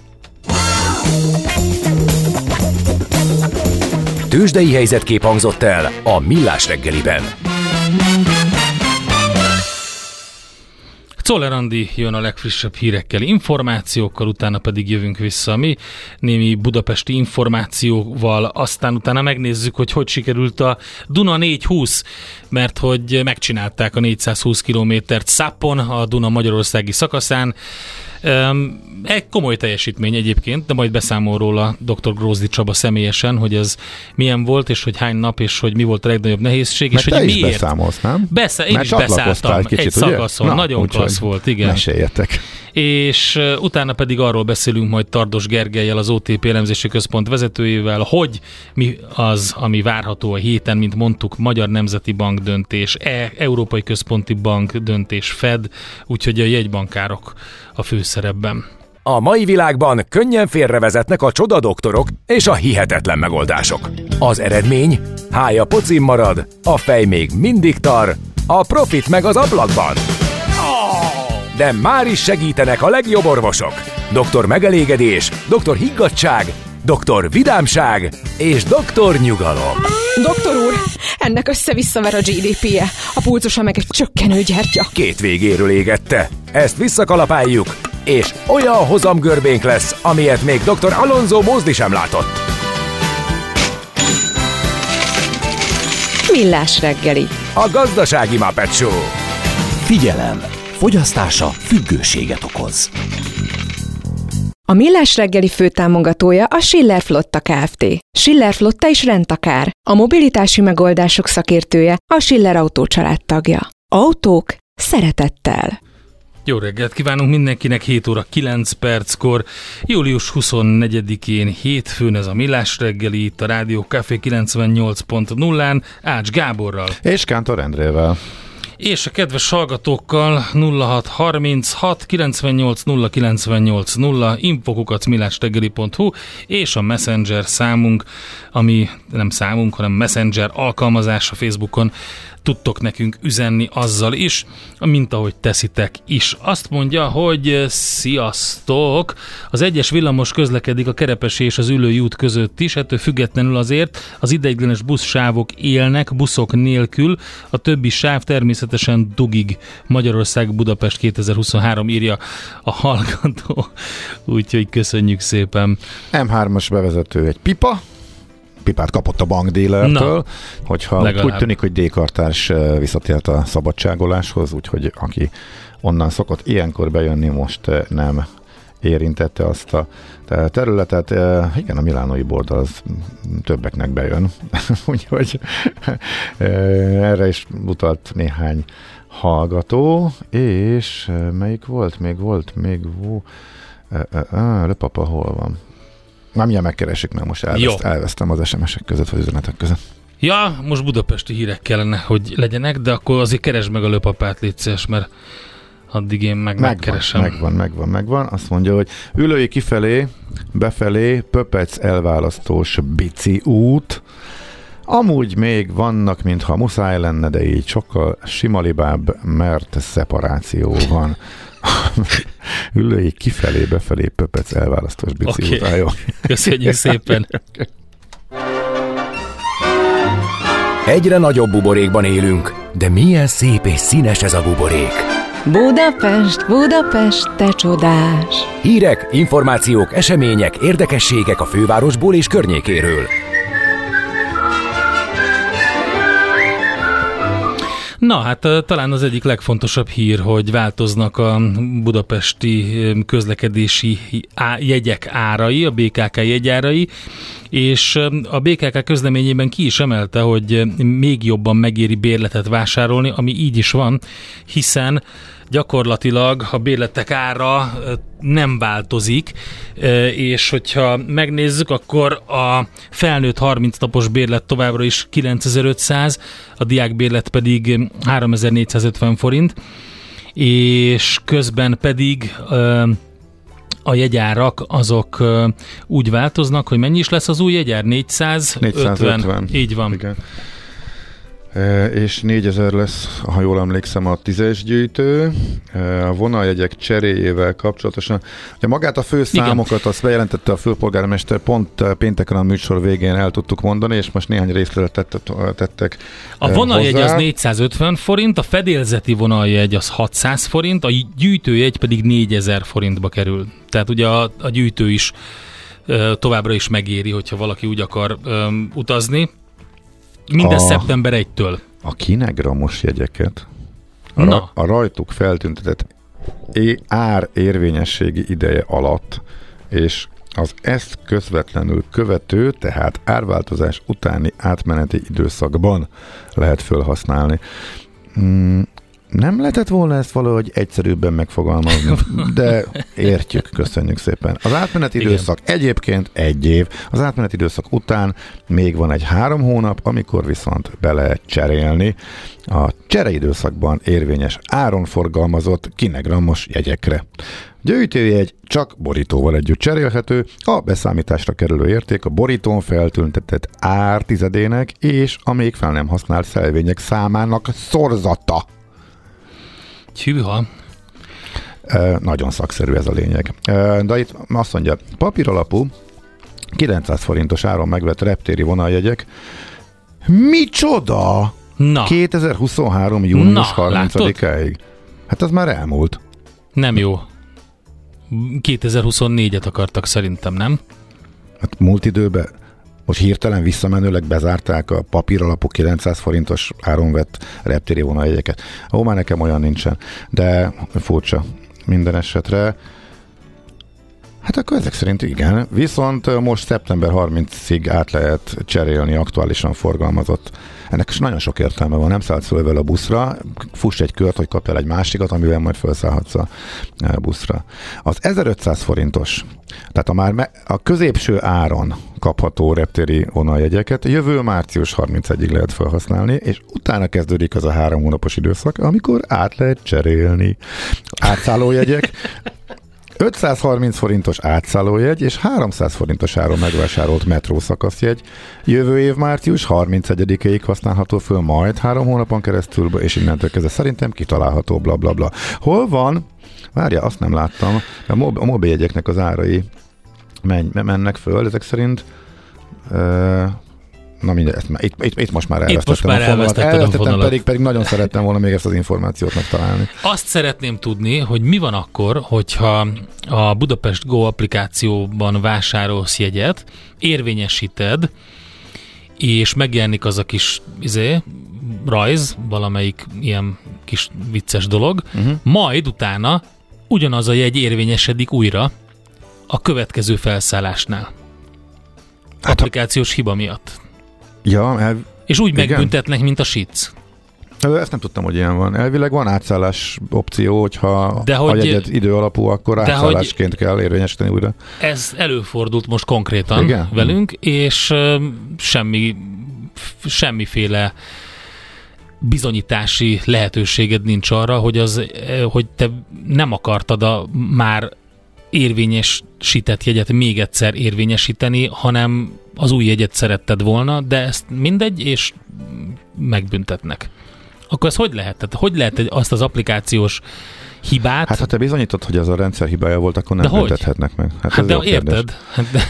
[SPEAKER 1] Tőzsdei helyzetkép hangzott el a Millás reggeliben.
[SPEAKER 7] Czoller Andi jön a legfrissebb hírekkel, információkkal, utána pedig jövünk vissza mi némi budapesti információval, aztán utána megnézzük, hogy hogy sikerült a Duna négyszázhúsz, mert hogy megcsinálták a négyszázhúsz kilométert Szápon, a Duna magyarországi szakaszán. Egy komoly teljesítmény egyébként, de majd beszámol róla doktor Grózdi Csaba személyesen, hogy ez milyen volt, és hogy hány nap, és hogy mi volt a legnagyobb nehézség,
[SPEAKER 5] mert
[SPEAKER 7] és hogy miért.
[SPEAKER 5] Beszámolsz, nem?
[SPEAKER 7] Besze, én
[SPEAKER 5] mert
[SPEAKER 7] is beszálltam
[SPEAKER 5] kicsit,
[SPEAKER 7] egy szakaszon, Na, nagyon klassz volt, igen.
[SPEAKER 5] Meséljetek.
[SPEAKER 7] és utána pedig arról beszélünk majd Tardos Gergellyel, az o té pé elemzési központ vezetőjével, hogy mi az, ami várható a héten, mint mondtuk, Magyar Nemzeti Bank döntés, e, Európai Központi Bank döntés, Fed, úgyhogy a jegybankárok a főszerepben.
[SPEAKER 1] A mai világban könnyen félrevezetnek a csodadoktorok és a hihetetlen megoldások. Az eredmény? Hája pocim marad, a fej még mindig tar, a profit meg az ablakban. De már is segítenek a legjobb orvosok. Doktor Megelégedés, Doktor Higgadtság, Doktor Vidámság és Doktor Nyugalom.
[SPEAKER 6] Doktor úr, ennek össze-visszaver a gé dé pé-je, a pulzusa meg egy csökkenő gyertya.
[SPEAKER 1] Két végéről égette. Ezt visszakalapáljuk, és olyan hozamgörbénk lesz, amilyet még Doktor Alonso Mózdi sem látott.
[SPEAKER 6] Millás reggeli.
[SPEAKER 1] A gazdasági Muppet Show.
[SPEAKER 2] Figyelem! Fogyasztása függőséget okoz.
[SPEAKER 6] A Millás reggeli főtámogatója a Schiller Flotta Kft. Schiller Flotta és Rendtakár, a mobilitási megoldások szakértője, a Schiller Autó családtagja. Autók szeretettel.
[SPEAKER 7] Jó reggelt kívánunk mindenkinek, hét óra kilenc perckor, július huszonnegyedikén, hétfőn, ez a Millás reggeli, itt a Rádió Café kilencvennyolc pont nullán, Ács Gáborral.
[SPEAKER 5] És Kántor Endrével.
[SPEAKER 7] És a kedves hallgatókkal nulla hat harminchat kilencvennyolc nulla kilencvennyolc nulla, infokukat millásreggeli pont hu, és a Messenger számunk, ami nem számunk, hanem Messenger alkalmazás a Facebookon. Tudtok nekünk üzenni azzal is, mint ahogy teszitek is. Azt mondja, hogy sziasztok! Az egyes villamos közlekedik a Kerepesi és az Üllői út között is, ettől függetlenül azért az ideiglenes buszsávok élnek, buszok nélkül, a többi sáv természetesen dugig. Magyarország Budapest kétezer-huszonhárom, írja a hallgató. Úgyhogy köszönjük szépen.
[SPEAKER 5] em hármas bevezető egy pipa, pipát kapott a bankdílertől, hogyha legalább. Úgy tűnik, hogy D-kartárs visszatért a szabadságoláshoz, úgyhogy aki onnan szokott ilyenkor bejönni, most nem érintette azt a területet. Igen, a milánói bordal az többeknek bejön, úgyhogy erre is utalt néhány hallgató, és melyik volt? Még volt, még vó... Löpapa, hol van? Nem, ilyen megkeresik, mert most elveszt, elvesztem az es em es-ek között, vagy üzenetek között.
[SPEAKER 7] Ja, most budapesti hírek kellene, hogy legyenek, de akkor azért keresd meg a Löpapát, légy szíves, mert addig én meg megvan, megkeresem.
[SPEAKER 5] Megvan, megvan, megvan. Azt mondja, hogy Üllői kifelé, befelé, Pöpec elválasztós bici út. Amúgy még vannak, mintha muszáj lenne, de így sokkal simalibább, mert szeparáció van. Üllői kifelé, befelé, Pöpec elválasztós bici
[SPEAKER 7] okay. út. Köszönjük szépen.
[SPEAKER 1] Egyre nagyobb buborékban élünk, de milyen szép és színes ez a buborék.
[SPEAKER 6] Budapest, Budapest, te csodás!
[SPEAKER 1] Hírek, információk, események, érdekességek a fővárosból és környékéről.
[SPEAKER 7] Na hát talán az egyik legfontosabb hír, hogy változnak a budapesti közlekedési jegyek árai, a bé ká ká jegyárai, és a bé ká ká közleményében ki is emelte, hogy még jobban megéri bérletet vásárolni, ami így is van, hiszen gyakorlatilag a bérletek ára nem változik, és hogyha megnézzük, akkor a felnőtt harminc napos bérlet továbbra is kilencezer-ötszáz, a diákbérlet pedig háromezer-négyszázötven forint, és közben pedig a jegyárak azok úgy változnak, hogy mennyi is lesz az új jegyár? négyszázötven?
[SPEAKER 5] négyszázötven.
[SPEAKER 7] Így van.
[SPEAKER 5] Igen. E, és négyezer lesz, ha jól emlékszem, a tízes gyűjtő. E, a vonaljegyek cseréjével kapcsolatosan. Ugye magát a fő számokat igen. azt bejelentette a főpolgármester, pont pénteken a műsor végén el tudtuk mondani, és most néhány részletet tettek
[SPEAKER 7] a vonaljegy hozzá. Az négyszázötven forint, a fedélzeti vonaljegy az hatszáz forint, a gyűjtőjegy pedig négyezer forintba kerül. Tehát ugye a, a gyűjtő is e, továbbra is megéri, hogyha valaki úgy akar e, utazni. Minden a, szeptember elsejétől.
[SPEAKER 5] A kinegramos jegyeket a, ra, a rajtuk feltüntetett é, ár érvényességi ideje alatt, és az ezt közvetlenül követő, tehát árváltozás utáni átmeneti időszakban lehet felhasználni. Hmm, Nem lehetett volna ezt valahogy egyszerűbben megfogalmazni, de értjük, köszönjük szépen. Az átmeneti Igen. időszak egyébként egy év, az átmeneti időszak után még van egy három hónap, amikor viszont be lehet cserélni a csereidőszakban érvényes áron forgalmazott kinegrammos jegyekre. Gyűjtőjegy csak borítóval együtt cserélhető, a beszámításra kerülő érték a borítón feltüntetett ár tizedének és a még fel nem használt szelvények számának szorzata.
[SPEAKER 7] Hűha.
[SPEAKER 5] E, nagyon szakszerű ez a lényeg. E, de itt azt mondja, papíralapú kilencszáz forintos áron megvett reptéri vonaljegyek. Micsoda?
[SPEAKER 7] Na.
[SPEAKER 5] kétezer-huszonhárom. június harmincadikáig. Hát az már elmúlt.
[SPEAKER 7] Nem jó. kétezer-huszonnégyet akartak szerintem, nem?
[SPEAKER 5] Hát múlt időben most hirtelen visszamenőleg bezárták a papíralapú kilencszáz forintos áron vett reptéri vonaljegyeket. Ó, már nekem olyan nincsen, de furcsa minden esetre. Hát akkor ezek szerint igen. Viszont most szeptember harmincadikáig át lehet cserélni aktuálisan forgalmazott. Ennek nagyon sok értelme van, nem szállsz föl vele a buszra, fuss egy kört, hogy kapj el egy másikat, amivel majd felszállhatsz a buszra. Az ezerötszáz forintos, tehát a már me- a középső áron kapható reptéri vonaljegyeket jövő március harmincadikáig lehet felhasználni, és utána kezdődik az a három hónapos időszak, amikor át lehet cserélni. Átszállójegyek, ötszázharminc forintos átszállójegy és háromszáz forintos áron megvásárolt metrószakaszjegy jövő év március harmincegyedikéig használható föl, majd három hónapon keresztül, és innentől kezdve szerintem kitalálható, bla bla bla. Hol van? Várja, azt nem láttam. A, mob- a mobiljegyeknek az árai menj, mennek föl, ezek szerint uh, na mindegy, ezt, itt, itt, itt most már elvesztettem
[SPEAKER 7] most már
[SPEAKER 5] a fonalat.
[SPEAKER 7] Elvesztettem a fonalat.
[SPEAKER 5] Pedig, pedig nagyon szerettem volna még ezt az információt megtalálni.
[SPEAKER 7] Azt szeretném tudni, hogy mi van akkor, hogyha a Budapest Go applikációban vásárolsz jegyet, érvényesíted, és megjelenik az a kis izé, rajz, valamelyik ilyen kis vicces dolog, uh-huh. majd utána ugyanaz a jegy érvényesedik újra a következő felszállásnál. Hát applikációs hiba miatt.
[SPEAKER 5] Ja, el...
[SPEAKER 7] És úgy
[SPEAKER 5] igen?
[SPEAKER 7] megbüntetnek, mint a sic.
[SPEAKER 5] Ezt nem tudtam, hogy ilyen van. Elvileg van átszállás opció, hogyha
[SPEAKER 7] de
[SPEAKER 5] a
[SPEAKER 7] hogy,
[SPEAKER 5] jegyed idő alapú, akkor átszállásként kell érvényesíteni újra.
[SPEAKER 7] Ez előfordult most konkrétan igen? velünk, és uh, semmi, semmiféle bizonyítási lehetőséged nincs arra, hogy, az, hogy te nem akartad a már érvényesített jegyet még egyszer érvényesíteni, hanem az új jegyet szeretted volna, de ezt mindegy, és megbüntetnek. Akkor ez hogy lehet? Tehát hogy lehet azt az applikációs hibát?
[SPEAKER 5] Hát ha te bizonyítod, hogy az a rendszer hibája volt, akkor nem büntethetnek meg. Hát,
[SPEAKER 7] hát de érted? Hát de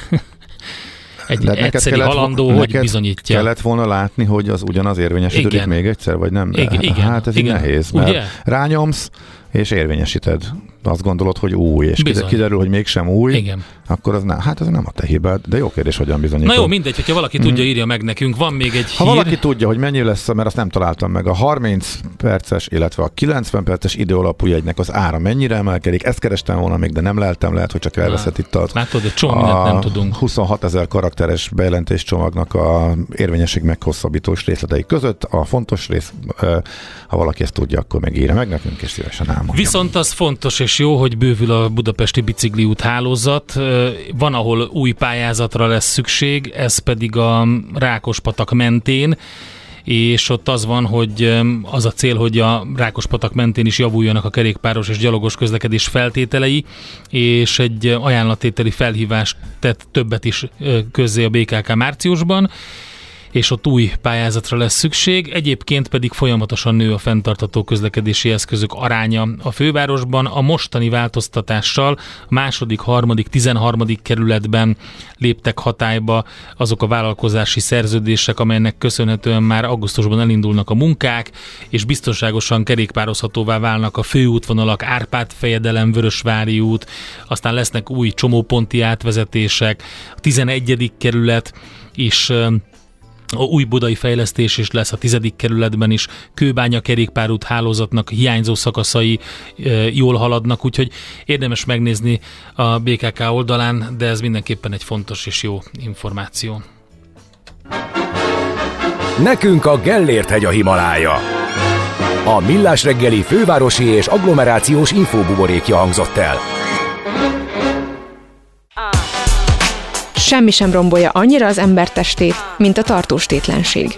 [SPEAKER 7] egy de egyszeri halandó,
[SPEAKER 5] vo-
[SPEAKER 7] hogy bizonyítja.
[SPEAKER 5] Kellett volna látni, hogy az ugyanaz érvényesítődik igen. még egyszer, vagy nem?
[SPEAKER 7] Igen, igen,
[SPEAKER 5] hát ez
[SPEAKER 7] igen.
[SPEAKER 5] így nehéz, mert ugye? Rányomsz, és érvényesíted. Azt gondolod, hogy új, és Bizony. kiderül, hogy mégsem új,
[SPEAKER 7] igen.
[SPEAKER 5] akkor az nem, hát ez nem a te hibád, de jó kérdés, hogyan bizonyítod.
[SPEAKER 7] Na jó, mindegy, hogyha valaki mm. tudja, írja meg nekünk. Van még egy
[SPEAKER 5] Ha
[SPEAKER 7] hír.
[SPEAKER 5] valaki tudja, hogy mennyi lesz, mert azt nem találtam meg, a harminc perces, illetve a kilencven perces időalapú jegynek az ára mennyire emelkedik, ezt kerestem volna még, de nem leltem, lehet, hogy csak elveszett itt a,
[SPEAKER 7] látod, egy csomó mindent nem tudunk.
[SPEAKER 5] huszonhatezer karakteres bejelentés csomagnak a érvényesség meghosszabbítós részletei között. A fontos rész, ha valaki ezt tudja, akkor megírja meg nekünk, és szívesen elmondja.
[SPEAKER 7] Viszont az fontos és jó, hogy bővül a budapesti bicikliút hálózat. Van, ahol új pályázatra lesz szükség, ez pedig a Rákospatak mentén, és ott az van, hogy az a cél, hogy a Rákospatak mentén is javuljanak a kerékpáros és gyalogos közlekedés feltételei, és egy ajánlattételi felhívást tett többet is közzé a bé ká ká márciusban, és ott új pályázatra lesz szükség. Egyébként pedig folyamatosan nő a fenntartható közlekedési eszközök aránya a fővárosban. A mostani változtatással a második, harmadik, tizenharmadik kerületben léptek hatályba azok a vállalkozási szerződések, amelynek köszönhetően már augusztusban elindulnak a munkák, és biztonságosan kerékpározhatóvá válnak a főútvonalak, Árpád-fejedelem, Vörösvári út, aztán lesznek új csomóponti átvezetések, a tizenegyedik kerület is a új budai fejlesztés is lesz a tizedik kerületben is, Kőbánya kerékpárút hálózatnak hiányzó szakaszai e, jól haladnak, úgyhogy érdemes megnézni a bé ká ká oldalán, de ez mindenképpen egy fontos és jó információ.
[SPEAKER 1] Nekünk a Gellért-hegy a Himalája. A Millás reggeli fővárosi és agglomerációs infóbuborékja hangzott el.
[SPEAKER 6] Semmi sem rombolja annyira az ember testét, mint a tartós tétlenség.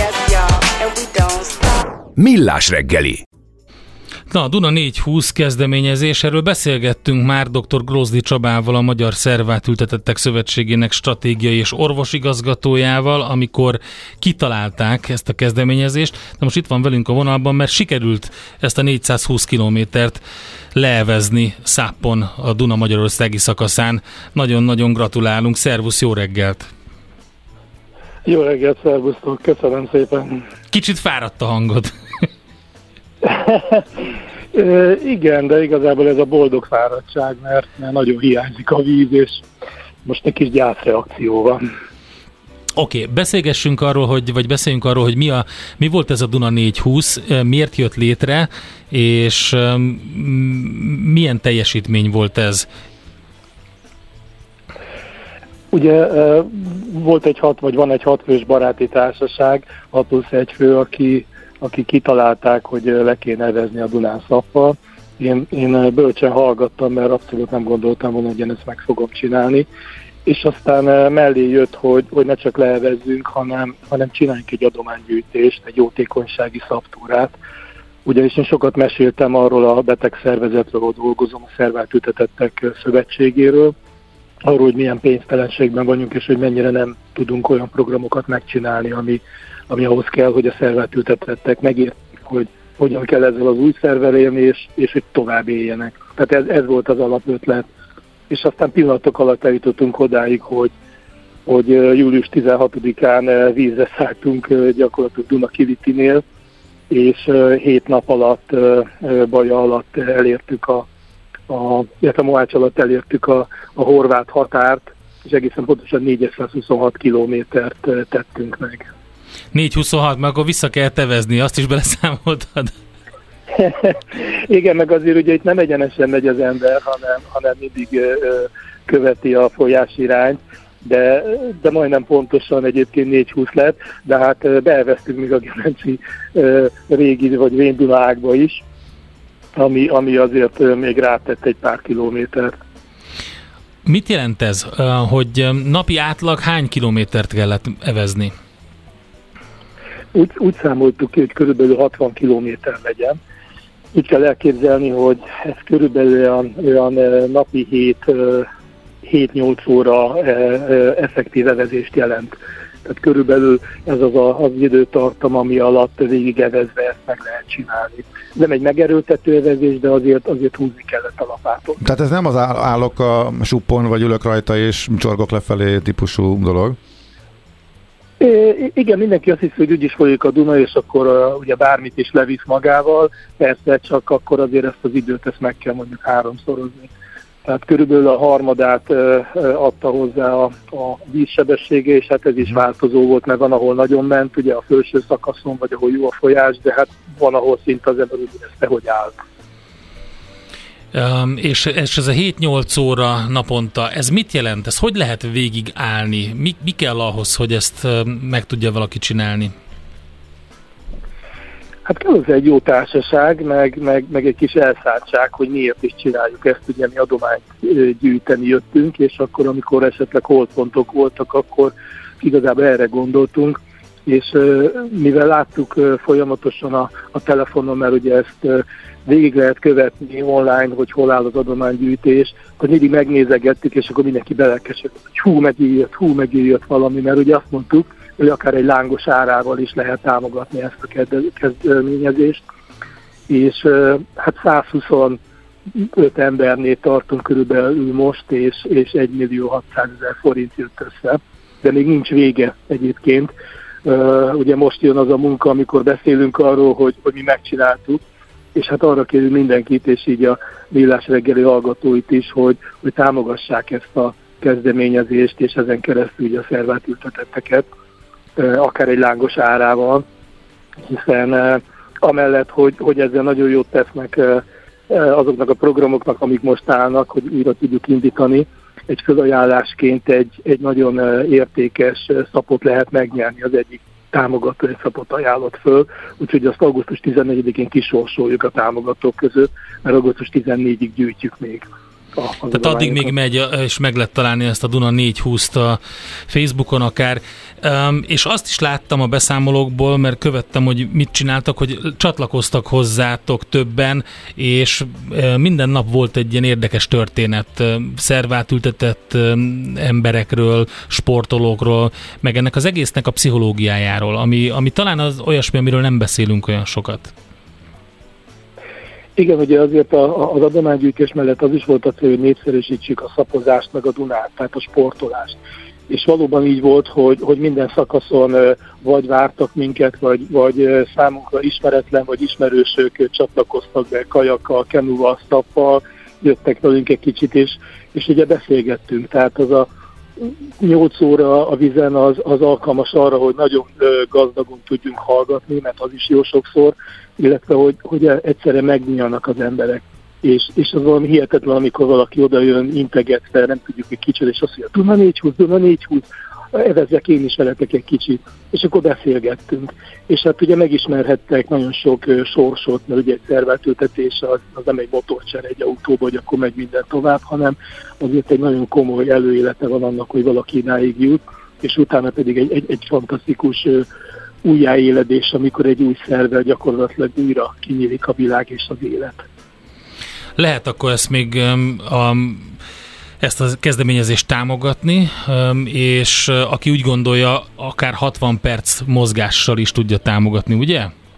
[SPEAKER 1] Millás reggeli.
[SPEAKER 7] Na, a Duna négyszázhúsz kezdeményezés, erről beszélgettünk már dr. Grozdi Csabával, a Magyar Szervátültetettek Szövetségének stratégiai és orvosigazgatójával, amikor kitalálták ezt a kezdeményezést. De most itt van velünk a vonalban, mert sikerült ezt a négyszázhúsz kilométert leevezni Száppon, a Duna magyarországi szakaszán. Nagyon-nagyon gratulálunk, szervusz, jó reggelt!
[SPEAKER 9] Jó reggelt, szervusztok, köszönöm szépen!
[SPEAKER 7] Kicsit fáradt a hangod.
[SPEAKER 9] Igen, de igazából ez a boldog fáradtság, mert, mert nagyon hiányzik a víz, és most egy kis gyászreakció van.
[SPEAKER 7] Oké, okay, beszélgessünk arról, hogy, vagy beszéljünk arról, hogy mi, a, mi volt ez a Duna négyszázhúsz, miért jött létre, és milyen teljesítmény volt ez?
[SPEAKER 9] Ugye volt egy hat, vagy van egy hatfős baráti társaság, hat plusz egy fő, aki akik kitalálták, hogy le kéne nevezni a Dunán Szappal. Én, én bölcsen hallgattam, mert abszolút nem gondoltam volna, hogy én ezt meg fogom csinálni. És aztán mellé jött, hogy, hogy ne csak leevezzünk, hanem, hanem csináljunk egy adománygyűjtést, egy jótékonysági szabtúrát. Ugyanis én sokat meséltem arról a betegszervezetről, ahol dolgozom, a Szervátültetettek Szövetségéről, arról, hogy milyen pénztelenségben vagyunk, és hogy mennyire nem tudunk olyan programokat megcsinálni, ami ami ahhoz kell, hogy a szervátültetettek megértik, hogy hogyan kell ezzel az új szervvel élni, és, és hogy tovább éljenek. Tehát ez, ez volt az alapötlet. És aztán pillanatok alatt eljutottunk odáig, hogy, hogy július tizenhatodikán vízre szálltunk gyakorlatilag Duna-Kivitinél, és hét nap alatt, Baja alatt elértük a, a illetve Mohács alatt elértük a, a horvát határt, és egészen pontosan négyszázhuszonhat kilométert tettünk meg.
[SPEAKER 7] négyszázhuszonhat, mert akkor vissza kell tevezni, azt is beleszámoltad.
[SPEAKER 9] Igen, meg azért ugye itt nem egyenesen megy az ember, hanem, hanem mindig ö, követi a folyás irányt, de, de majdnem pontosan egyébként négyszázhúsz lett, de hát beelveztünk még a Gemenci ö, régi vagy Vén-Duna ágba is, ami, ami azért ö, még rátett egy pár kilométert.
[SPEAKER 7] Mit jelent ez, hogy napi átlag hány kilométert kellett evezni?
[SPEAKER 9] Úgy, úgy számoltuk ki, hogy körülbelül hatvan kilométer legyen. Úgy kell elképzelni, hogy ez körülbelül olyan, olyan napi hét-nyolc óra effektív evezést jelent. Tehát körülbelül ez az a, az időtartam, ami alatt végig evezve ezt meg lehet csinálni. Nem egy megerőltető evezés, de azért, azért húzni kellett a lapátot.
[SPEAKER 5] Tehát ez nem az állok a suppon, vagy ülök rajta és csorgok lefelé típusú dolog?
[SPEAKER 9] É, igen, mindenki azt hiszi, hogy úgyis folyik a Duna, és akkor uh, ugye bármit is levisz magával, persze csak akkor azért ezt az időt ezt meg kell mondjuk háromszorozni. Tehát körülbelül a harmadát uh, adta hozzá a, a vízsebessége, és hát ez is változó volt, mert van, ahol nagyon ment, ugye a felső szakaszon, vagy ahol jó a folyás, de hát van, ahol szinte az ember úgy érezte, hogy áll.
[SPEAKER 7] Um, és, és ez a hét-nyolc óra naponta, ez mit jelent? Ez hogy lehet végig állni? Mi, mi kell ahhoz, hogy ezt uh, meg tudja valaki csinálni?
[SPEAKER 9] Hát kell az egy jó társaság, meg, meg, meg egy kis elszántság, hogy miért is csináljuk ezt, ugye mi adományt gyűjteni jöttünk, és akkor, amikor esetleg holdpontok voltak, akkor igazából erre gondoltunk, és mivel láttuk folyamatosan a, a telefonon, mert ugye ezt végig lehet követni online, hogy hol áll az adománygyűjtés, akkor mindig megnézegettük, és akkor mindenki belelkesedett, hogy hú, megint jött, hú, megint jött valami, mert ugye azt mondtuk, hogy akár egy lángos árával is lehet támogatni ezt a kezdeményezést, és hát százhuszonöt embernél tartunk körülbelül most, és, és egymillió hatszázezer forint jött össze, de még nincs vége egyébként. Uh, ugye most jön az a munka, amikor beszélünk arról, hogy, hogy mi megcsináltuk, és hát arra kérjük mindenkit, és így a Millás reggeli hallgatóit is, hogy, hogy támogassák ezt a kezdeményezést, és ezen keresztül ugye a szervátültetetteket, uh, akár egy lángos árával, hiszen uh, amellett, hogy, hogy ezzel nagyon jót tesznek uh, azoknak a programoknak, amik most állnak, hogy újra tudjuk indítani, egy felajánlásként egy, egy nagyon értékes szapot lehet megnyerni az egyik támogató egy szapot ajánlott föl, úgyhogy azt augusztus tizennegyedikén kisorsoljuk a támogatók között, mert augusztus tizennégyedikéig gyűjtjük még. A,
[SPEAKER 7] Tehát addig még megy, és meg lehet találni ezt a Duna négyszázhúst a Facebookon akár. Um, és azt is láttam a beszámolókból, mert követtem, hogy mit csináltak, hogy csatlakoztak hozzátok többen, és uh, minden nap volt egy ilyen érdekes történet uh, szervátültetett uh, emberekről, sportolókról, meg ennek az egésznek a pszichológiájáról, ami, ami talán az olyasmi, amiről nem beszélünk olyan sokat.
[SPEAKER 9] Igen, ugye azért a, az adománygyűjtés mellett az is volt a cél, hogy népszerűsítsük a szapozást, meg a Dunát, tehát a sportolást. És valóban így volt, hogy, hogy minden szakaszon vagy vártak minket, vagy, vagy számunkra ismeretlen, vagy ismerősök csatlakoztak be kajakkal, kenúval, stappal, jöttek velünk egy kicsit, és, és ugye beszélgettünk. Tehát az a nyolc óra a vízen az, az alkalmas arra, hogy nagyon gazdagon tudjunk hallgatni, mert az is jó sokszor, illetve hogy, hogy egyszerre megnyílnak az emberek. És, és az valami hihetetlen, amikor valaki oda jön, integetve, nem tudjuk egy kicsit, és azt mondja, Duna négyszázhúsz, Duna négyszázhúsz, evezzek én is veletek egy kicsit. És akkor beszélgettünk. És hát ugye megismerhettek nagyon sok uh, sorsot, mert ugye egy szervátültetés az, az nem egy motorcsere egy autóba, hogy akkor megy minden tovább, hanem azért egy nagyon komoly előélete van annak, hogy valaki idáig jut, és utána pedig egy, egy, egy fantasztikus uh, újjáéledés, amikor egy új szervvel gyakorlatilag újra kinyílik a világ és az élet.
[SPEAKER 7] Lehet akkor ezt még um, um, ezt a kezdeményezést támogatni, um, és uh, aki úgy gondolja, akár hatvan perc mozgással is tudja támogatni, ugye?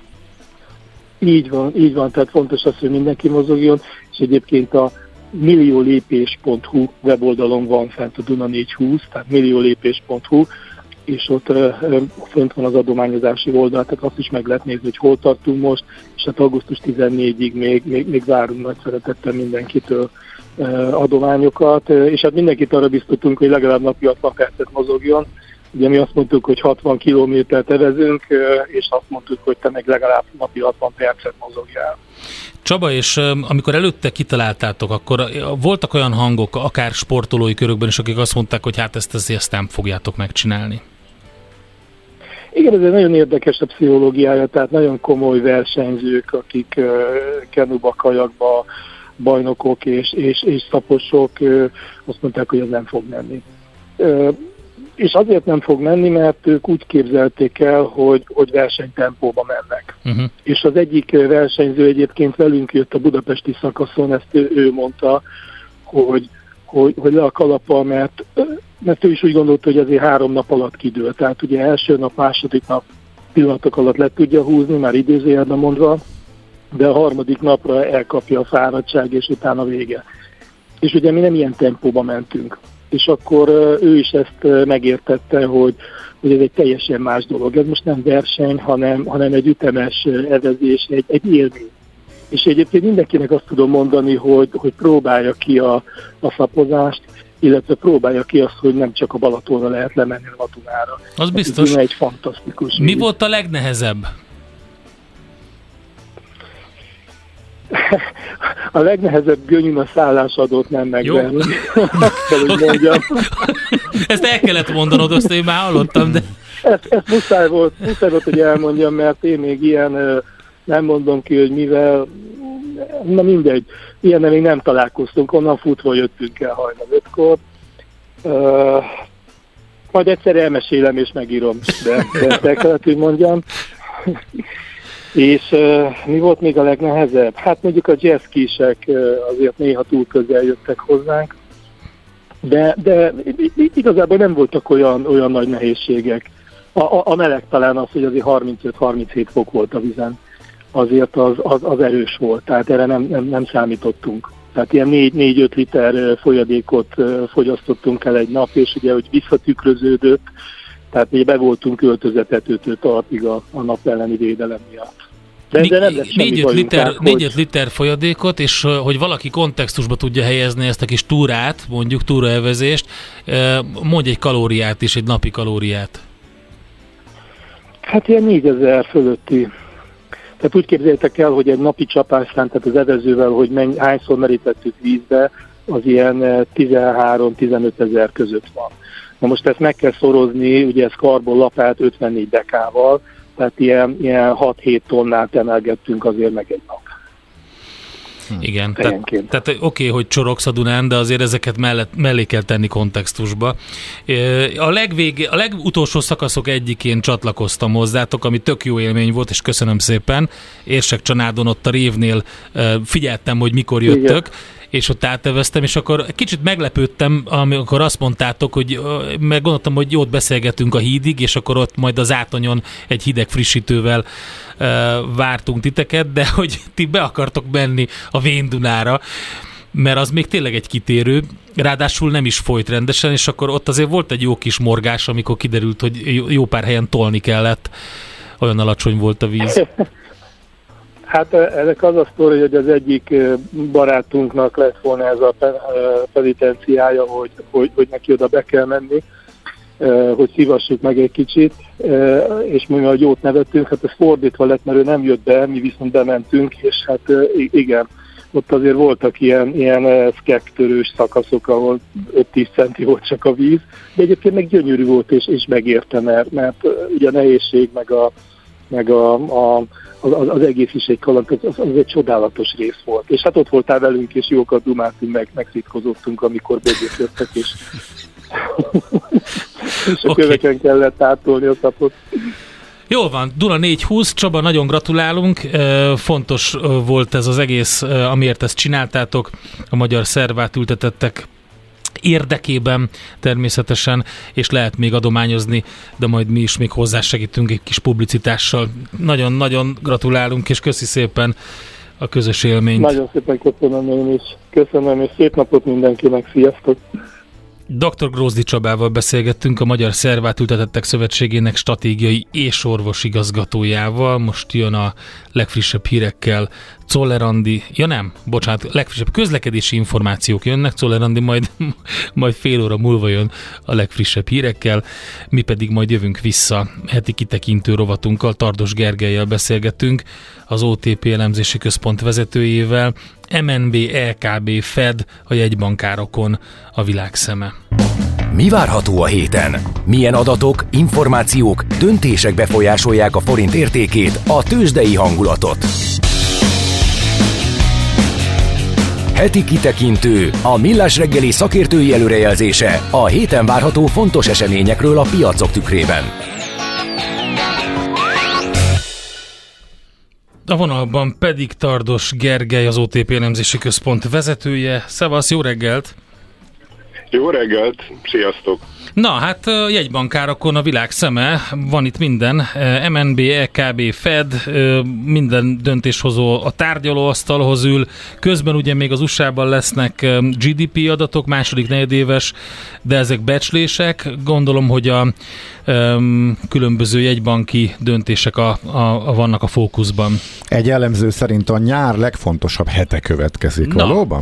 [SPEAKER 9] Így van, így van, tehát fontos az, hogy mindenki mozogjon, és egyébként a milliólépés pont hu weboldalon van fent a Duna négyszázhúsz, tehát milliólépés pont hu, és ott uh, fönt van az adományozási oldal, tehát azt is meg lehet nézni, hogy hol tartunk most, és hát augusztus tizennégyedikéig még, még, még várunk nagy szeretettel mindenkitől uh, adományokat, uh, és hát mindenkit arra biztatunk, hogy legalább napi hatvan percet mozogjon. Ugye mi azt mondtuk, hogy hatvan kilométert evezünk, uh, és azt mondtuk, hogy te meg legalább napi hatvan percet mozogjál.
[SPEAKER 7] Csaba, és amikor előtte kitaláltátok, akkor voltak olyan hangok, akár sportolói körökben is, akik azt mondták, hogy hát ezt, ezt, ezt nem fogjátok megcsinálni.
[SPEAKER 9] Igen, ez egy nagyon érdekes a pszichológiája, tehát nagyon komoly versenyzők, akik uh, kenuba, kajakba, bajnokok és, és, és szaposok uh, azt mondták, hogy ez nem fog menni. Uh, és azért nem fog menni, mert ők úgy képzelték el, hogy, hogy versenytempóba mennek. Uh-huh. És az egyik versenyző egyébként velünk jött a budapesti szakaszon, ezt ő, ő mondta, hogy, hogy, hogy le a kalappal, mert, mert ő is úgy gondolta, hogy azért három nap alatt kidől. Tehát ugye első nap, második nap pillanatok alatt le tudja húzni, már idézőjelben mondva, de a harmadik napra elkapja a fáradtság, és utána vége. És ugye mi nem ilyen tempóba mentünk. És akkor ő is ezt megértette, hogy, hogy ez egy teljesen más dolog. Ez most nem verseny, hanem, hanem egy ütemes evezés, egy, egy élmény. És egyébként mindenkinek azt tudom mondani, hogy, hogy próbálja ki a, a szapozást, illetve próbálja ki azt, hogy nem csak a Balatonra lehet lemenni, a Dunára.
[SPEAKER 7] Az biztos.
[SPEAKER 9] Ez egy fantasztikus.
[SPEAKER 7] Mi volt a legnehezebb?
[SPEAKER 9] A legnehezebb Gönyün a szállásadót nem megvenni.
[SPEAKER 7] Ezt el kellett mondanod, azt én már hallottam, de...
[SPEAKER 9] Ezt, ezt muszáj, volt, muszáj volt, hogy elmondjam, mert én még ilyen, nem mondom ki, hogy mivel, na mindegy, ilyennel még nem találkoztunk, onnan futva jöttünk el hajnal ötkor. Uh, majd egyszer elmesélem és megírom, de, de el kellett, hogy mondjam. És uh, mi volt még a legnehezebb? Hát mondjuk a jazzkisek uh, azért néha túl közel jöttek hozzánk, de, de igazából nem voltak olyan, olyan nagy nehézségek. A, a, a meleg talán az, hogy azért harmincöt-harminchét fok volt a vízen, azért az, az, az erős volt, tehát erre nem, nem, nem számítottunk. Tehát ilyen négy-öt liter folyadékot fogyasztottunk el egy nap, és ugye, hogy visszatükröződött, tehát mi be voltunk öltözetetőtől talpig a, a nap elleni védelem miatt. De, de nem lesz semmi bajunk,
[SPEAKER 7] liter,
[SPEAKER 9] tehát,
[SPEAKER 7] négy-öt liter folyadékot, és hogy valaki kontextusba tudja helyezni ezt a kis túrát, mondjuk túraevezést, mondj egy kalóriát is, egy napi kalóriát.
[SPEAKER 9] Hát ilyen négyezer fölötti. Tehát úgy képzeljétek el, hogy egy napi csapásszám, tehát az evezővel, hogy menny, hányszor merítettük vízbe, az ilyen tizenhárom-tizenöt ezer között van. Na most ezt meg kell szorozni, ugye ez karbonlapát ötvennégy dekával, tehát ilyen, ilyen hat-hét tonnát emelgettünk azért meg egy nap.
[SPEAKER 7] Igen, tehát, tehát oké, okay, hogy csorogsz a Dunán, de azért ezeket mellett, mellé kell tenni kontextusba. A, legvég, a legutolsó szakaszok egyikén csatlakoztam hozzátok, ami tök jó élmény volt, és köszönöm szépen. Érsek-Csanádon ott a Révnél figyeltem, hogy mikor jöttök, igen. És ott áteveztem, és akkor kicsit meglepődtem, amikor azt mondtátok, hogy meg gondoltam, hogy jót beszélgetünk a hídig, és akkor ott majd az átonyon egy hideg frissítővel uh, vártunk titeket, de hogy ti be akartok menni a Vén-Dunára, mert az még tényleg egy kitérő, ráadásul nem is folyt rendesen, és akkor ott azért volt egy jó kis morgás, amikor kiderült, hogy jó pár helyen tolni kellett, olyan alacsony volt a víz.
[SPEAKER 9] Hát ezek az a sztori, hogy az egyik barátunknak lett volna ez a penitenciája, hogy, hogy, hogy neki oda be kell menni, hogy szívassuk meg egy kicsit, és mi majd jót nevettünk, hát ez fordítva lett, mert ő nem jött be, mi viszont bementünk, és hát igen, ott azért voltak ilyen, ilyen szkektörős szakaszok, ahol öt-tíz centi volt csak a víz, de egyébként meg gyönyörű volt, és, és megérte, mert, mert ugye a nehézség, meg a, meg a, a Az, az egész is egy kaland, az, az egy csodálatos rész volt. És hát ott voltál velünk, és jókat dumáltunk, meg megszitkozottunk, amikor bögyök jöttek, és, és a okay. köveken kellett átolni a szapot.
[SPEAKER 7] Jól van, Duna négy húsz, Csaba, nagyon gratulálunk, fontos volt ez az egész, amiért ezt csináltátok, a magyar szervát ültetettek érdekében természetesen, és lehet még adományozni, de majd mi is még hozzásegítünk egy kis publicitással. Nagyon-nagyon gratulálunk, és köszi szépen a közös élményt.
[SPEAKER 9] Nagyon szépen köszönöm én is. Köszönöm, és szép napot mindenkinek. Sziasztok!
[SPEAKER 7] doktor Grózdi Csabával beszélgettünk, a Magyar Szervátültetettek Szövetségének stratégiai és orvosigazgatójával. Most jön a legfrissebb hírekkel Czoller Andi, ja nem, bocsánat, legfrissebb közlekedési információk jönnek, Czoller Andi majd, majd fél óra múlva jön a legfrissebb hírekkel, mi pedig majd jövünk vissza heti kitekintő rovatunkkal, Tardos Gergellyel beszélgetünk, az o té pé elemzési központ vezetőjével, em en bé, é ká bé, Fed, a jegybankárokon a világ szeme.
[SPEAKER 1] Mi várható a héten? Milyen adatok, információk, döntések befolyásolják a forint értékét, a tőzsdei hangulatot? Heti kitekintő, a Millás reggeli szakértői előrejelzése a héten várható fontos eseményekről a piacok tükrében.
[SPEAKER 7] A vonalban pedig Tardos Gergely, az o té pé elemzési központ vezetője. Szevasz, jó reggelt!
[SPEAKER 10] Jó reggelt, sziasztok!
[SPEAKER 7] Na, hát jegybankárokon a világ szeme, van itt minden, em en bé, é ká bé, Fed, minden döntéshozó a tárgyalóasztalhoz ül, közben ugye még az u es á-ban lesznek gé dé pé adatok, második negyedéves, de ezek becslések, gondolom, hogy a um, különböző jegybanki döntések a, a, a vannak a fókuszban.
[SPEAKER 5] Egy elemző szerint a nyár legfontosabb hete következik,
[SPEAKER 7] Na.
[SPEAKER 5] valóban?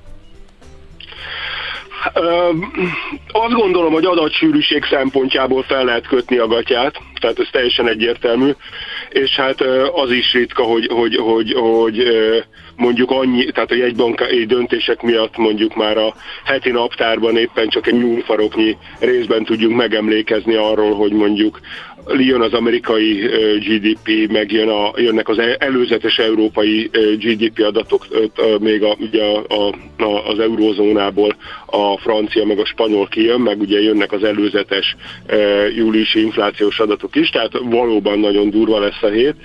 [SPEAKER 10] Azt gondolom, hogy adatsűrűség szempontjából fel lehet kötni a gatyát, tehát ez teljesen egyértelmű, és hát az is ritka, hogy, hogy, hogy, hogy mondjuk annyi, tehát a jegybanki döntések miatt mondjuk már a heti naptárban éppen csak egy nyúlfaroknyi részben tudjunk megemlékezni arról, hogy mondjuk jön az amerikai gé dé pé, meg jön a, jönnek az előzetes európai gé dé pé adatok, még a, ugye a, a, az eurózónából a francia meg a spanyol kijön, meg ugye jönnek az előzetes júliusi inflációs adatok is, tehát valóban nagyon durva lesz a hét.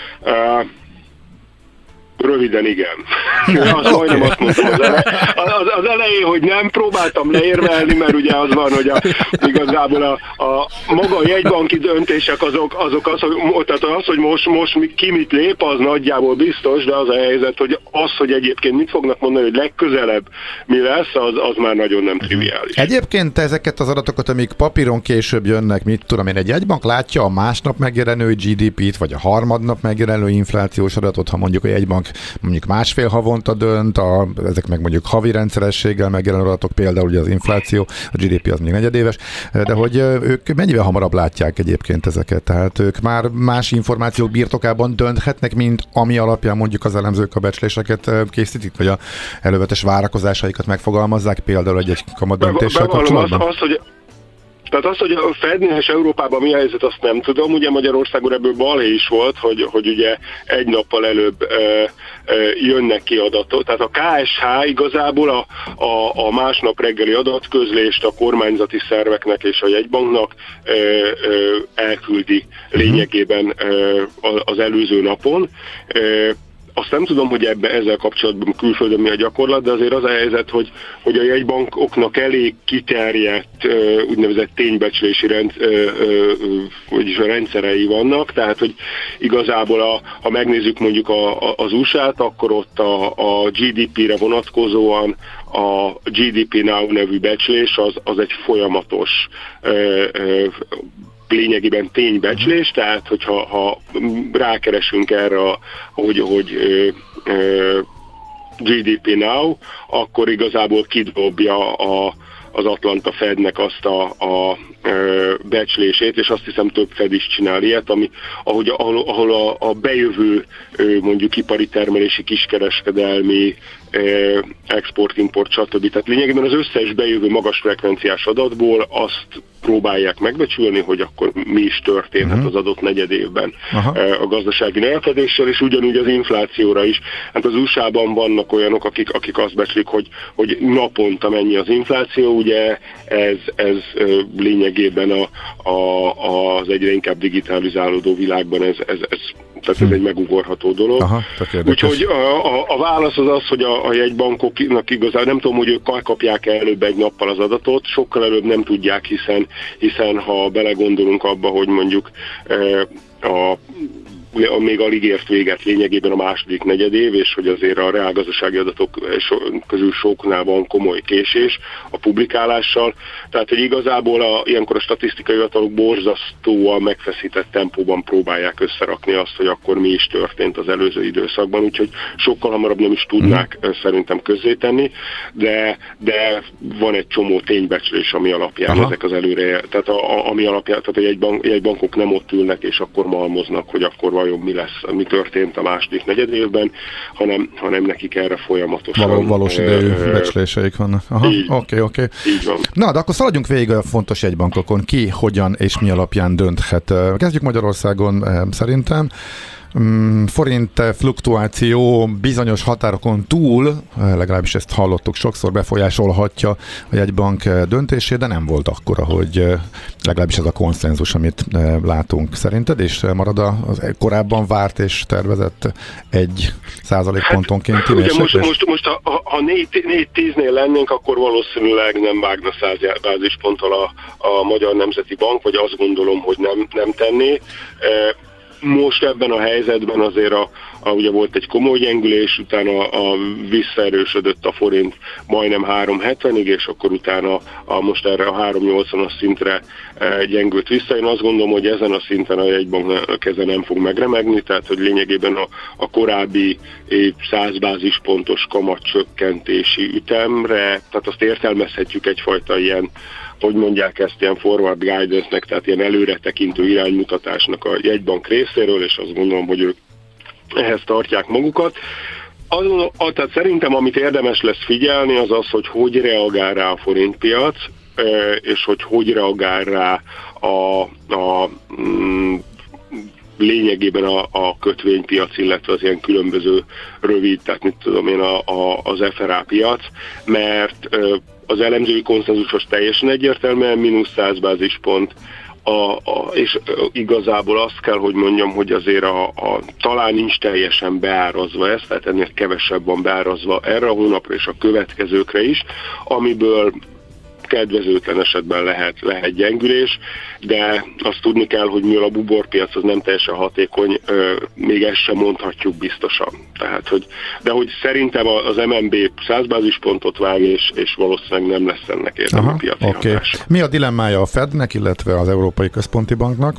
[SPEAKER 10] Röviden igen. Az majdnem azt mondtam az, ele, az, az elején, hogy nem, próbáltam leérvelni, mert ugye az van, hogy a, igazából a, a maga a jegybanki döntések azok, azok az, hogy, tehát az, hogy most, most ki mit lép, az nagyjából biztos, de az a helyzet, hogy az, hogy egyébként mit fognak mondani, hogy legközelebb mi lesz, az, az már nagyon nem triviális.
[SPEAKER 5] Egyébként ezeket az adatokat, amik papíron később jönnek, mit tudom én, egy jegybank látja a másnap megjelenő gé dé pét, vagy a harmadnap megjelenő inflációs adatot, ha mondjuk a jegybank mondjuk másfél havonta dönt, a, ezek meg mondjuk havi rendszerességgel megjelenő adatok, például ugye az infláció, a gé dé pé az még negyedéves, de hogy ők mennyivel hamarabb látják egyébként ezeket, tehát ők már más információk birtokában dönthetnek, mint ami alapján mondjuk az elemzők a becsléseket készítik, vagy a előzetes várakozásaikat megfogalmazzák, például egy, egy kamat döntéssel kapcsolatban?
[SPEAKER 10] Az, az, hogy Tehát az, hogy a Fednél és Európában mi a helyzet, azt nem tudom. Ugye Magyarországon ebből balhé is volt, hogy, hogy ugye egy nappal előbb ö, ö, jönnek ki adatok. Tehát a ká es há igazából a, a, a másnap reggeli adatközlést a kormányzati szerveknek és a jegybanknak ö, ö, elküldi lényegében ö, az előző napon. Ö, Azt nem tudom, hogy ebben ezzel kapcsolatban külföldön mi a gyakorlat, de azért az a helyzet, hogy, hogy a jegybankoknak elég kiterjedt úgynevezett ténybecslési rend, vagyis a rendszerei vannak, tehát hogy igazából a, ha megnézzük mondjuk a, a, az u es á-t, akkor ott a, a gé dé pé-re vonatkozóan a gé dé pé Now nevű becslés az, az egy folyamatos ö, ö, lényegében ténybecslés, tehát hogyha ha rákeresünk erre, hogy, hogy ö, ö, gé dé pé Now, akkor igazából kidobja a, az Atlanta Fednek azt a, a ö, becslését, és azt hiszem több Fed is csinál ilyet, ami, ahogy, ahol, ahol a, a bejövő ö, mondjuk ipari termelési, kiskereskedelmi, export-import, stb. Tehát lényegében az összes bejövő magas frekvenciás adatból azt próbálják megbecsülni, hogy akkor mi is történhet uh-huh. az adott negyed évben Aha. a gazdasági növekedéssel, és ugyanúgy az inflációra is. Hát az u es á-ban vannak olyanok, akik, akik azt becslik, hogy, hogy naponta mennyi az infláció, ugye ez, ez lényegében a, a, az egyre inkább digitalizálódó világban ez, ez, ez tehát ez hm. egy megugorható dolog. Aha, úgyhogy a, a, a válasz az az, hogy a, a jegybankoknak igazán nem tudom, hogy ők kapják el előbb egy nappal az adatot, sokkal előbb nem tudják, hiszen, hiszen ha belegondolunk abba, hogy mondjuk e, a még alig ért véget lényegében a második negyedév, és hogy azért a reálgazdasági adatok közül soknál van komoly késés a publikálással. Tehát, hogy igazából a, ilyenkor a statisztikai hivatalok borzasztóan megfeszített tempóban próbálják összerakni azt, hogy akkor mi is történt az előző időszakban, úgyhogy sokkal hamarabb nem is tudnák mm. szerintem közzétenni, de, de van egy csomó ténybecslés, ami alapján Aha. ezek az előre, tehát a, a, ami alapján, tehát a jegybank, jegybankok nem ott ülnek, és akkor malmoznak, hogy akkor vajon mi lesz, mi történt a második negyed évben, hanem, hanem nekik erre folyamatosan.
[SPEAKER 5] Való, valós idejű uh, becsléseik vannak. Aha, oké, oké.
[SPEAKER 10] Így van.
[SPEAKER 5] Na, de akkor szaladjunk végig a fontos jegybankokon. Ki, hogyan és mi alapján dönthet. Kezdjük Magyarországon szerintem. Forint fluktuáció bizonyos határokon túl, legalábbis ezt hallottuk sokszor, befolyásolhatja a jegybank döntését, de nem volt akkora, hogy legalábbis ez a konszenzus, amit látunk. Szerinted, és marad az korábban várt és tervezett egy százalékpontonkénti
[SPEAKER 10] hát, ugye most, most, most ha, ha négy-tíznél lennénk, akkor valószínűleg nem vágna száz bázisponttal a, a Magyar Nemzeti Bank, vagy azt gondolom, hogy nem, nem tenné. Most ebben a helyzetben azért a, a, ugye volt egy komoly gyengülés, utána a, a visszaerősödött a forint majdnem három hetvenig, és akkor utána a, most erre a három nyolcvanas szintre e, gyengült vissza. Én azt gondolom, hogy ezen a szinten a jegybank keze nem fog megremegni, tehát hogy lényegében a, a korábbi száz bázispontos kamatcsökkentési ütemre, tehát azt értelmezhetjük egyfajta ilyen, hogy mondják ezt, ilyen forward guidance-nek, tehát ilyen előretekintő iránymutatásnak a jegybank részéről, és azt gondolom, hogy ők ehhez tartják magukat. Azon, tehát szerintem, amit érdemes lesz figyelni, az az, hogy hogy reagál rá a forintpiac, és hogy hogy reagál rá a, a mm, lényegében a, a kötvénypiac, illetve az ilyen különböző rövid, tehát mit tudom én, a, a, az ef er á piac, mert az elemzői konszenzusos teljesen egyértelműen mínusz száz bázispont, a, a, és igazából azt kell, hogy mondjam, hogy azért a, a, talán nincs teljesen beárazva ez, tehát ennél kevesebb van beárazva erre a hónapra és a következőkre is, amiből kedvezőtlen esetben lehet, lehet gyengülés, de azt tudni kell, hogy mivel a buborpiac az nem teljesen hatékony, még ezt sem mondhatjuk biztosan. Tehát, hogy, de hogy szerintem az em en bé száz bázispontot vág, és, és valószínűleg nem lesz ennek érdemi piaci okay. hatása.
[SPEAKER 5] Mi a dilemmája a Fednek, illetve az Európai Központi Banknak?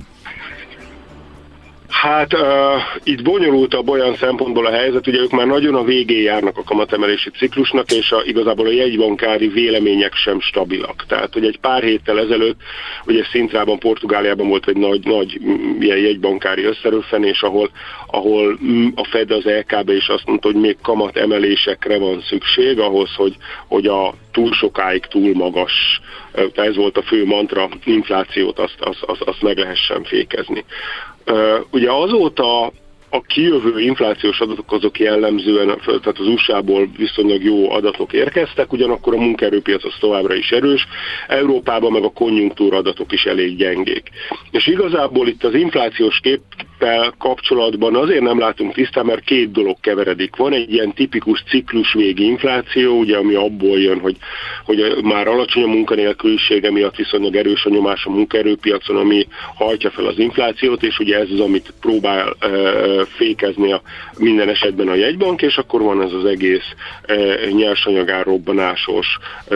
[SPEAKER 10] Hát uh, itt bonyolultabb olyan szempontból a helyzet, ugye ők már nagyon a végén járnak a kamatemelési ciklusnak, és a, igazából a jegybankári vélemények sem stabilak. Tehát, hogy egy pár héttel ezelőtt, ugye Szintrában, Portugáliában volt egy nagy, nagy ilyen jegybankári összerőfenés, ahol, ahol a Fed, az é ká bé is azt mondta, hogy még kamatemelésekre van szükség ahhoz, hogy, hogy a túl sokáig túl magas ez volt a fő mantra, inflációt azt, azt, azt, azt meg lehessen fékezni. Ugye azóta a kijövő inflációs adatok azok jellemzően, tehát az u es á-ból viszonylag jó adatok érkeztek, ugyanakkor a munkaerőpiac az továbbra is erős, Európában meg a konjunktúra adatok is elég gyengék. És igazából itt az inflációs képpel kapcsolatban azért nem látunk tisztán, mert két dolog keveredik. Van egy ilyen tipikus ciklusvégi infláció, ugye, ami abból jön, hogy, hogy már alacsony a munkanélkülisége miatt viszonylag erős a nyomás a munkaerőpiacon, ami hajtja fel az inflációt, és ugye ez az, amit próbál uh, fékezni a, minden esetben a jegybank, és akkor van ez az egész e, nyersanyagárrobbanásos e,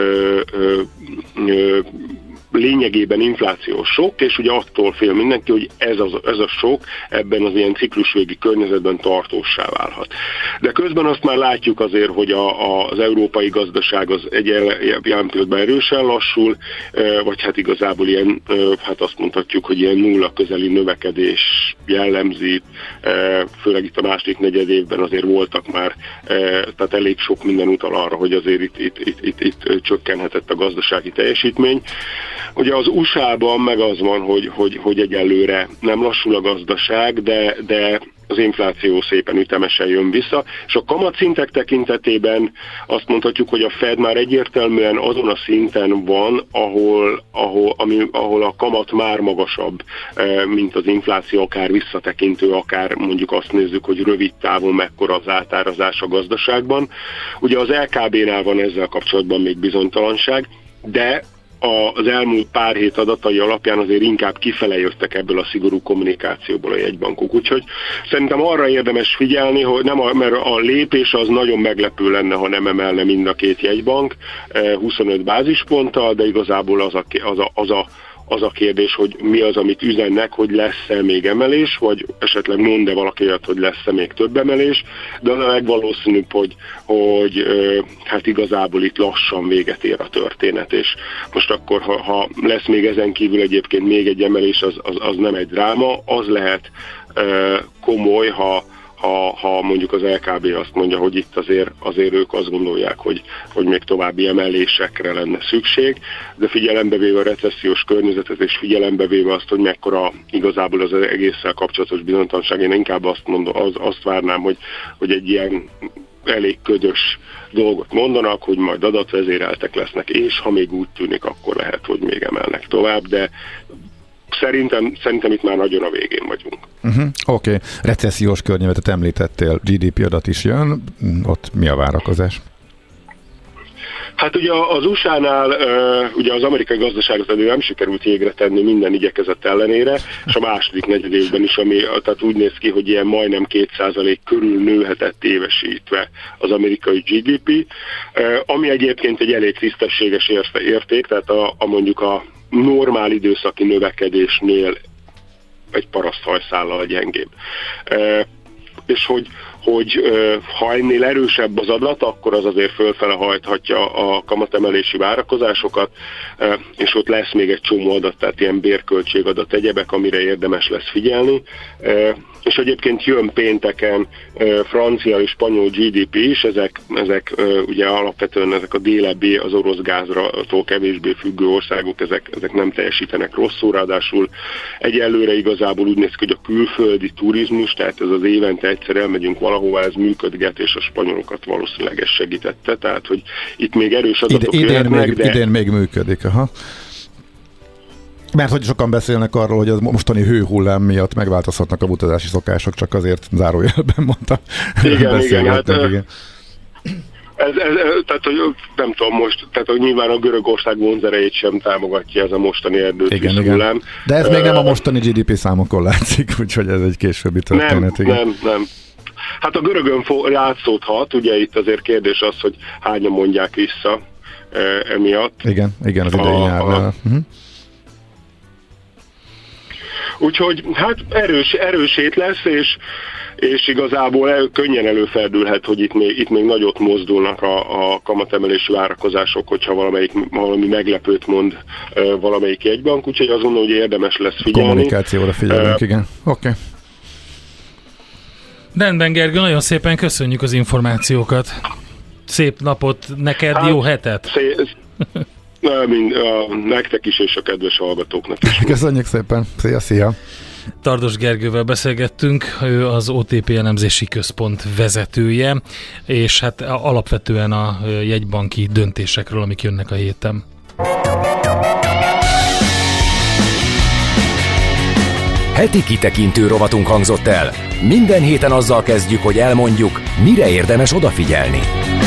[SPEAKER 10] e, e, lényegében inflációs sok, és ugye attól fél mindenki, hogy ez, az, ez a sok ebben az ilyen ciklusvégi környezetben tartóssá válhat. De közben azt már látjuk azért, hogy a, a, az európai gazdaság az egy jelen pillanatban erősen lassul, vagy hát igazából ilyen, hát azt mondhatjuk, hogy ilyen nulla közeli növekedés jellemzi, főleg itt a második negyed évben azért voltak már, tehát elég sok minden utal arra, hogy azért itt, itt, itt, itt, itt csökkenhetett a gazdasági teljesítmény. Ugye az u es á-ban meg az van, hogy, hogy, hogy egyelőre nem lassul a gazdaság, de, de az infláció szépen ütemesen jön vissza, és a kamatszintek tekintetében azt mondhatjuk, hogy a Fed már egyértelműen azon a szinten van, ahol, ahol, ami, ahol a kamat már magasabb, mint az infláció, akár visszatekintő, akár mondjuk azt nézzük, hogy rövid távon mekkora az átárazás a gazdaságban. Ugye az el ká bé-nál van ezzel kapcsolatban még bizonytalanság, de az elmúlt pár hét adatai alapján azért inkább kifele jöttek ebből a szigorú kommunikációból a jegybankok. Úgyhogy szerintem arra érdemes figyelni, hogy nem a, mert a lépés az nagyon meglepő lenne, ha nem emelne mind a két jegybank huszonöt bázisponttal, de igazából az a, az a, az a Az a kérdés, hogy mi az, amit üzennek, hogy lesz-e még emelés, vagy esetleg mond-e valaki olyat, hogy lesz-e még több emelés, de az a legvalószínűbb, hogy, hogy hát igazából itt lassan véget ér a történet, és most akkor, ha, ha lesz még ezen kívül egyébként még egy emelés, az, az, az nem egy dráma, az lehet komoly, ha Ha, ha mondjuk az el ká bé azt mondja, hogy itt azért, azért ők azt gondolják, hogy, hogy még további emelésekre lenne szükség, de figyelembe véve a recessziós környezetet, és figyelembe véve azt, hogy mekkora igazából az egésszel kapcsolatos bizonytalanság, én inkább azt mondom, az, azt várnám, hogy, hogy egy ilyen elég ködös dolgot mondanak, hogy majd adatvezéreltek lesznek, és ha még úgy tűnik, akkor lehet, hogy még emelnek tovább, de Szerintem, szerintem itt már nagyon a végén vagyunk.
[SPEAKER 5] Uh-huh. Oké, okay. Recessziós környezetet említettél, gé dé pé adat is jön, ott mi a várakozás?
[SPEAKER 10] Hát ugye az u es á-nál uh, ugye az amerikai gazdaságot elő nem sikerült jégre tenni minden igyekezet ellenére, és a második negyed évben is, ami tehát úgy néz ki, hogy ilyen majdnem két százalék körül nőhetett évesítve az amerikai gé dé pé, uh, ami egyébként egy elég tisztességes érték, tehát a, a mondjuk a normál időszaki növekedésnél egy paraszthajszállal gyengébb. E, és hogy, hogy e, ha ennél erősebb az adat, akkor az azért fölfele hajthatja a kamatemelési várakozásokat, e, és ott lesz még egy csomó adat, tehát ilyen bérköltségadat, egyebek, amire érdemes lesz figyelni. E, és egyébként jön pénteken e, francia és spanyol gé dé pé is, ezek, ezek e, ugye alapvetően ezek a délebbi, az orosz gáztól kevésbé függő országok, ezek, ezek nem teljesítenek rosszul, ráadásul egyelőre igazából úgy néz ki, hogy a külföldi turizmus, tehát ez az évente egyszer elmegyünk valahová, ez működget, és a spanyolokat valószínűleg ez segítette, tehát hogy itt még erős adatok
[SPEAKER 5] Ide, idén,
[SPEAKER 10] jöhetnek,
[SPEAKER 5] még,
[SPEAKER 10] de...
[SPEAKER 5] idén még működik, aha. Mert hogy sokan beszélnek arról, hogy az mostani hőhullám miatt megváltozhatnak a utazási szokások, csak azért zárójelben mondtam.
[SPEAKER 10] Igen, igen, hát igen. Ez, ez, tehát, hogy nem tudom most, tehát, hogy nyilván a Görögország vonzerejét sem támogatja ez a mostani erdőtűz hullám.
[SPEAKER 5] De ez uh, még nem a mostani gé dé pé számokon látszik, úgyhogy ez egy későbbi történet.
[SPEAKER 10] Nem,
[SPEAKER 5] igen.
[SPEAKER 10] nem, nem. Hát a görögön fo- látszódhat, ugye itt azért kérdés az, hogy hányan mondják vissza e, emiatt.
[SPEAKER 5] Igen, igen, az idei nyárnál. Uh-huh.
[SPEAKER 10] Úgyhogy hát erős, erősét lesz, és, és igazából el, könnyen előfordulhat, hogy itt még, itt még nagyot mozdulnak a, a kamatemelési várakozások, hogyha valamelyik, valami meglepőt mond uh, valamelyik jegybank, úgyhogy azt gondolom, hogy érdemes lesz figyelni.
[SPEAKER 5] Kommunikációra figyelünk, uh, igen. Oké. Okay.
[SPEAKER 7] Rendben, Gergő, nagyon szépen köszönjük az információkat. Szép napot neked, hát, jó hetet!
[SPEAKER 10] Szé- mind, a, nektek is és a kedves hallgatóknak is.
[SPEAKER 5] Köszönjük szépen. Szia, szia.
[SPEAKER 7] Tardos Gergővel beszélgettünk, ő az o té pé elemzési központ vezetője, és hát alapvetően a jegybanki döntésekről, amik jönnek a héten.
[SPEAKER 1] Heti kitekintő rovatunk hangzott el. Minden héten azzal kezdjük, hogy elmondjuk, mire érdemes odafigyelni.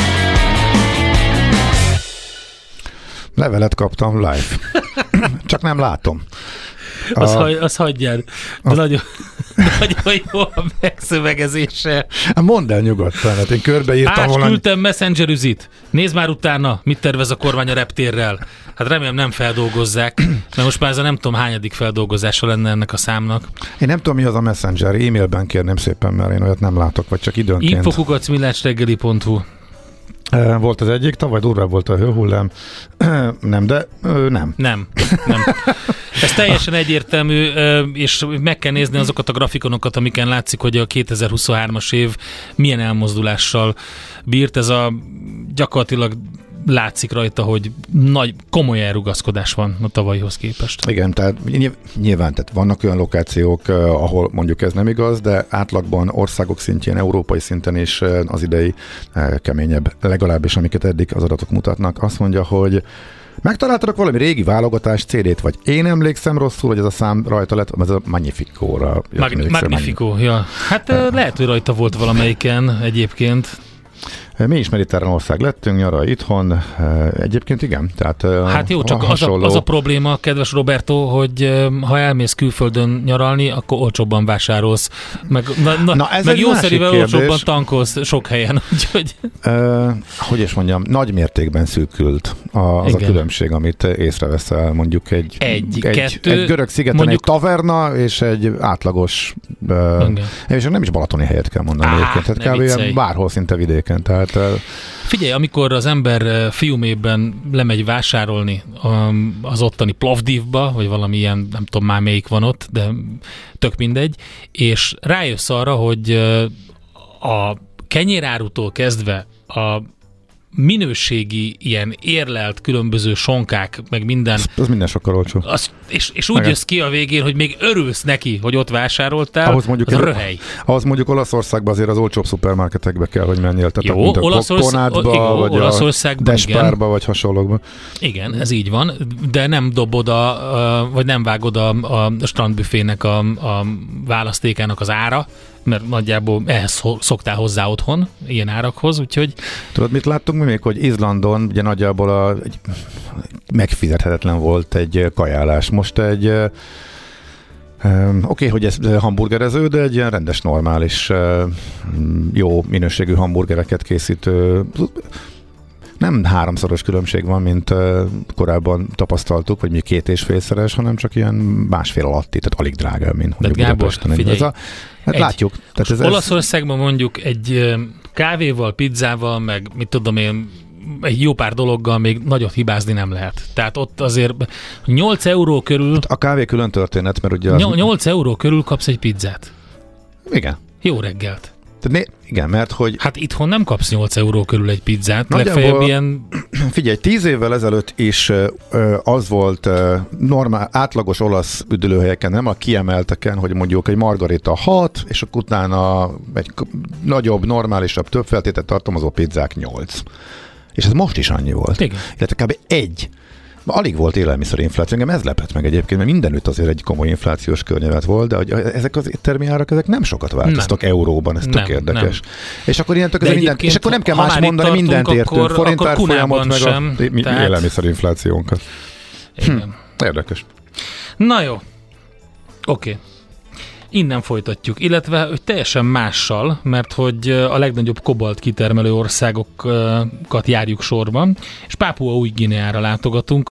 [SPEAKER 5] Levelet kaptam live. Csak nem látom.
[SPEAKER 7] Az,
[SPEAKER 5] A...
[SPEAKER 7] hagy, az hagyjál. De a... nagyon, nagyon jó a megszövegezése.
[SPEAKER 5] Mondd el nyugodtan, hát én körbeírtam volna.
[SPEAKER 7] Átküldtem Messenger üzit. Nézd már utána, mit tervez a kormány a reptérrel. Hát remélem nem feldolgozzák, mert most már ez a nem tudom hányadik feldolgozása lenne ennek a számnak.
[SPEAKER 5] Én nem tudom, mi az a Messenger. E-mailben kérném szépen, mert én olyat nem látok, vagy csak időnként.
[SPEAKER 7] info kukac millásreggeli pont hu
[SPEAKER 5] Volt az egyik, tavaly durvább volt a hőhullám. Nem, de nem.
[SPEAKER 7] Nem, nem. Ez teljesen egyértelmű, és meg kell nézni azokat a grafikonokat, amiken látszik, hogy a kétezer-huszonhármas év milyen elmozdulással bírt. Ez a gyakorlatilag látszik rajta, hogy nagy, komoly elrugaszkodás van a tavalyihoz képest.
[SPEAKER 5] Igen, tehát nyilván tehát vannak olyan lokációk, ahol mondjuk ez nem igaz, de átlagban országok szintjén, európai szinten is az idei keményebb, legalábbis amiket eddig az adatok mutatnak. Azt mondja, hogy megtaláltatok valami régi válogatás cé dét, vagy én emlékszem rosszul, hogy ez a szám rajta lett, ez a Magnifico-ra.
[SPEAKER 7] Mag- Magnifico, ja. Hát lehet, hogy rajta volt valamelyiken egyébként.
[SPEAKER 5] Mi is mediterrán ország lettünk, nyara itthon. Egyébként igen. Tehát
[SPEAKER 7] hát jó, csak hasonló... az, a, az a probléma, kedves Roberto, hogy ha elmész külföldön nyaralni, akkor olcsóbban vásárolsz. Meg, na, na, na meg jószerivel olcsóbban tankolsz sok helyen. Úgyhogy... Uh,
[SPEAKER 5] hogy is mondjam, nagy mértékben szűkült az igen. a különbség, amit észreveszel mondjuk egy,
[SPEAKER 7] egy,
[SPEAKER 5] egy,
[SPEAKER 7] kettő,
[SPEAKER 5] egy görög szigeten mondjuk... egy taverna és egy átlagos uh, és nem is balatoni helyet kell mondani Á, egyébként. Tehát kb. Bárhol szinte vidéken. Tehát
[SPEAKER 7] figyelj, amikor az ember Fiumében lemegy vásárolni az ottani Plovdivba, vagy valami ilyen, nem tudom már melyik van ott, de tök mindegy, és rájössz arra, hogy a kenyérárutól kezdve a minőségi ilyen érlelt különböző sonkák, meg minden.
[SPEAKER 5] Az minden sokkal olcsó.
[SPEAKER 7] Az, és, és úgy jössz ki a végén, hogy még örülsz neki, hogy ott vásároltál,
[SPEAKER 5] ahhoz mondjuk
[SPEAKER 7] az röhely.
[SPEAKER 5] Ahhoz mondjuk Olaszországban azért az olcsóbb szupermarketekbe kell, hogy menjél. Tehát
[SPEAKER 7] jó,
[SPEAKER 5] mint a
[SPEAKER 7] Olaszorsz...
[SPEAKER 5] Konádba, vagy
[SPEAKER 7] Olaszországban,
[SPEAKER 5] a Despárba, vagy hasonlókban.
[SPEAKER 7] Igen, ez így van, de nem dobod a, vagy nem vágod a, a strandbüfének a, a választékának az ára, mert nagyjából ehhez szoktál hozzá otthon, ilyen árakhoz, úgyhogy...
[SPEAKER 5] Tudod, mit láttunk mi még, hogy Izlandon ugye nagyjából a, egy, megfizethetetlen volt egy kajálás. Most egy um, oké, okay, hogy ez hamburgerező, de egy ilyen rendes, normális, um, jó minőségű hamburgereket készítő. Nem háromszoros különbség van, mint uh, korábban tapasztaltuk, vagy mi két és félszeres, hanem csak ilyen másfél alatti, tehát alig drágább, mint
[SPEAKER 7] mondjuk Budapesten. Figyelj,
[SPEAKER 5] ez a, hát egy, látjuk. Tehát ez
[SPEAKER 7] Olaszországban mondjuk egy kávéval, pizzával, meg mit tudom én, egy jó pár dologgal még nagyot hibázni nem lehet. Tehát ott azért nyolc euró körül...
[SPEAKER 5] A kávé külön történet, mert ugye... Az...
[SPEAKER 7] nyolc euró körül kapsz egy pizzát.
[SPEAKER 5] Igen.
[SPEAKER 7] Jó reggelt.
[SPEAKER 5] Né, igen, mert hogy...
[SPEAKER 7] Hát itthon nem kapsz nyolc euró körül egy pizzát, legfeljebb ilyen...
[SPEAKER 5] Figyelj, tíz évvel ezelőtt is ö, az volt ö, normál, átlagos olasz üdülőhelyeken, nem a kiemelteken, hogy mondjuk egy margarita hat, és akkor utána egy nagyobb, normálisabb, több feltételt tartalmazó pizzák nyolc. És ez most is annyi volt.
[SPEAKER 7] Igen.
[SPEAKER 5] Illetve kb. egy. Alig volt élelmiszerinfláció, engem ez lepett meg egyébként, mert mindenütt azért egy komoly inflációs környezet volt, de hogy ezek az éttermi árak, ezek nem sokat változtak nem. Euróban, ez tök nem, érdekes. Nem. És akkor ilyen tök minden, és akkor nem kell más mondani, mindent értünk, forintárfolyamot, meg sem, a mi, tehát... élelmiszerinflációnkat. Hm, érdekes.
[SPEAKER 7] Na jó, oké. Okay. Innen folytatjuk, illetve hogy teljesen mással, mert hogy a legnagyobb kobalt kitermelő országokat járjuk sorban, és Pápua Új-Guineára látogatunk,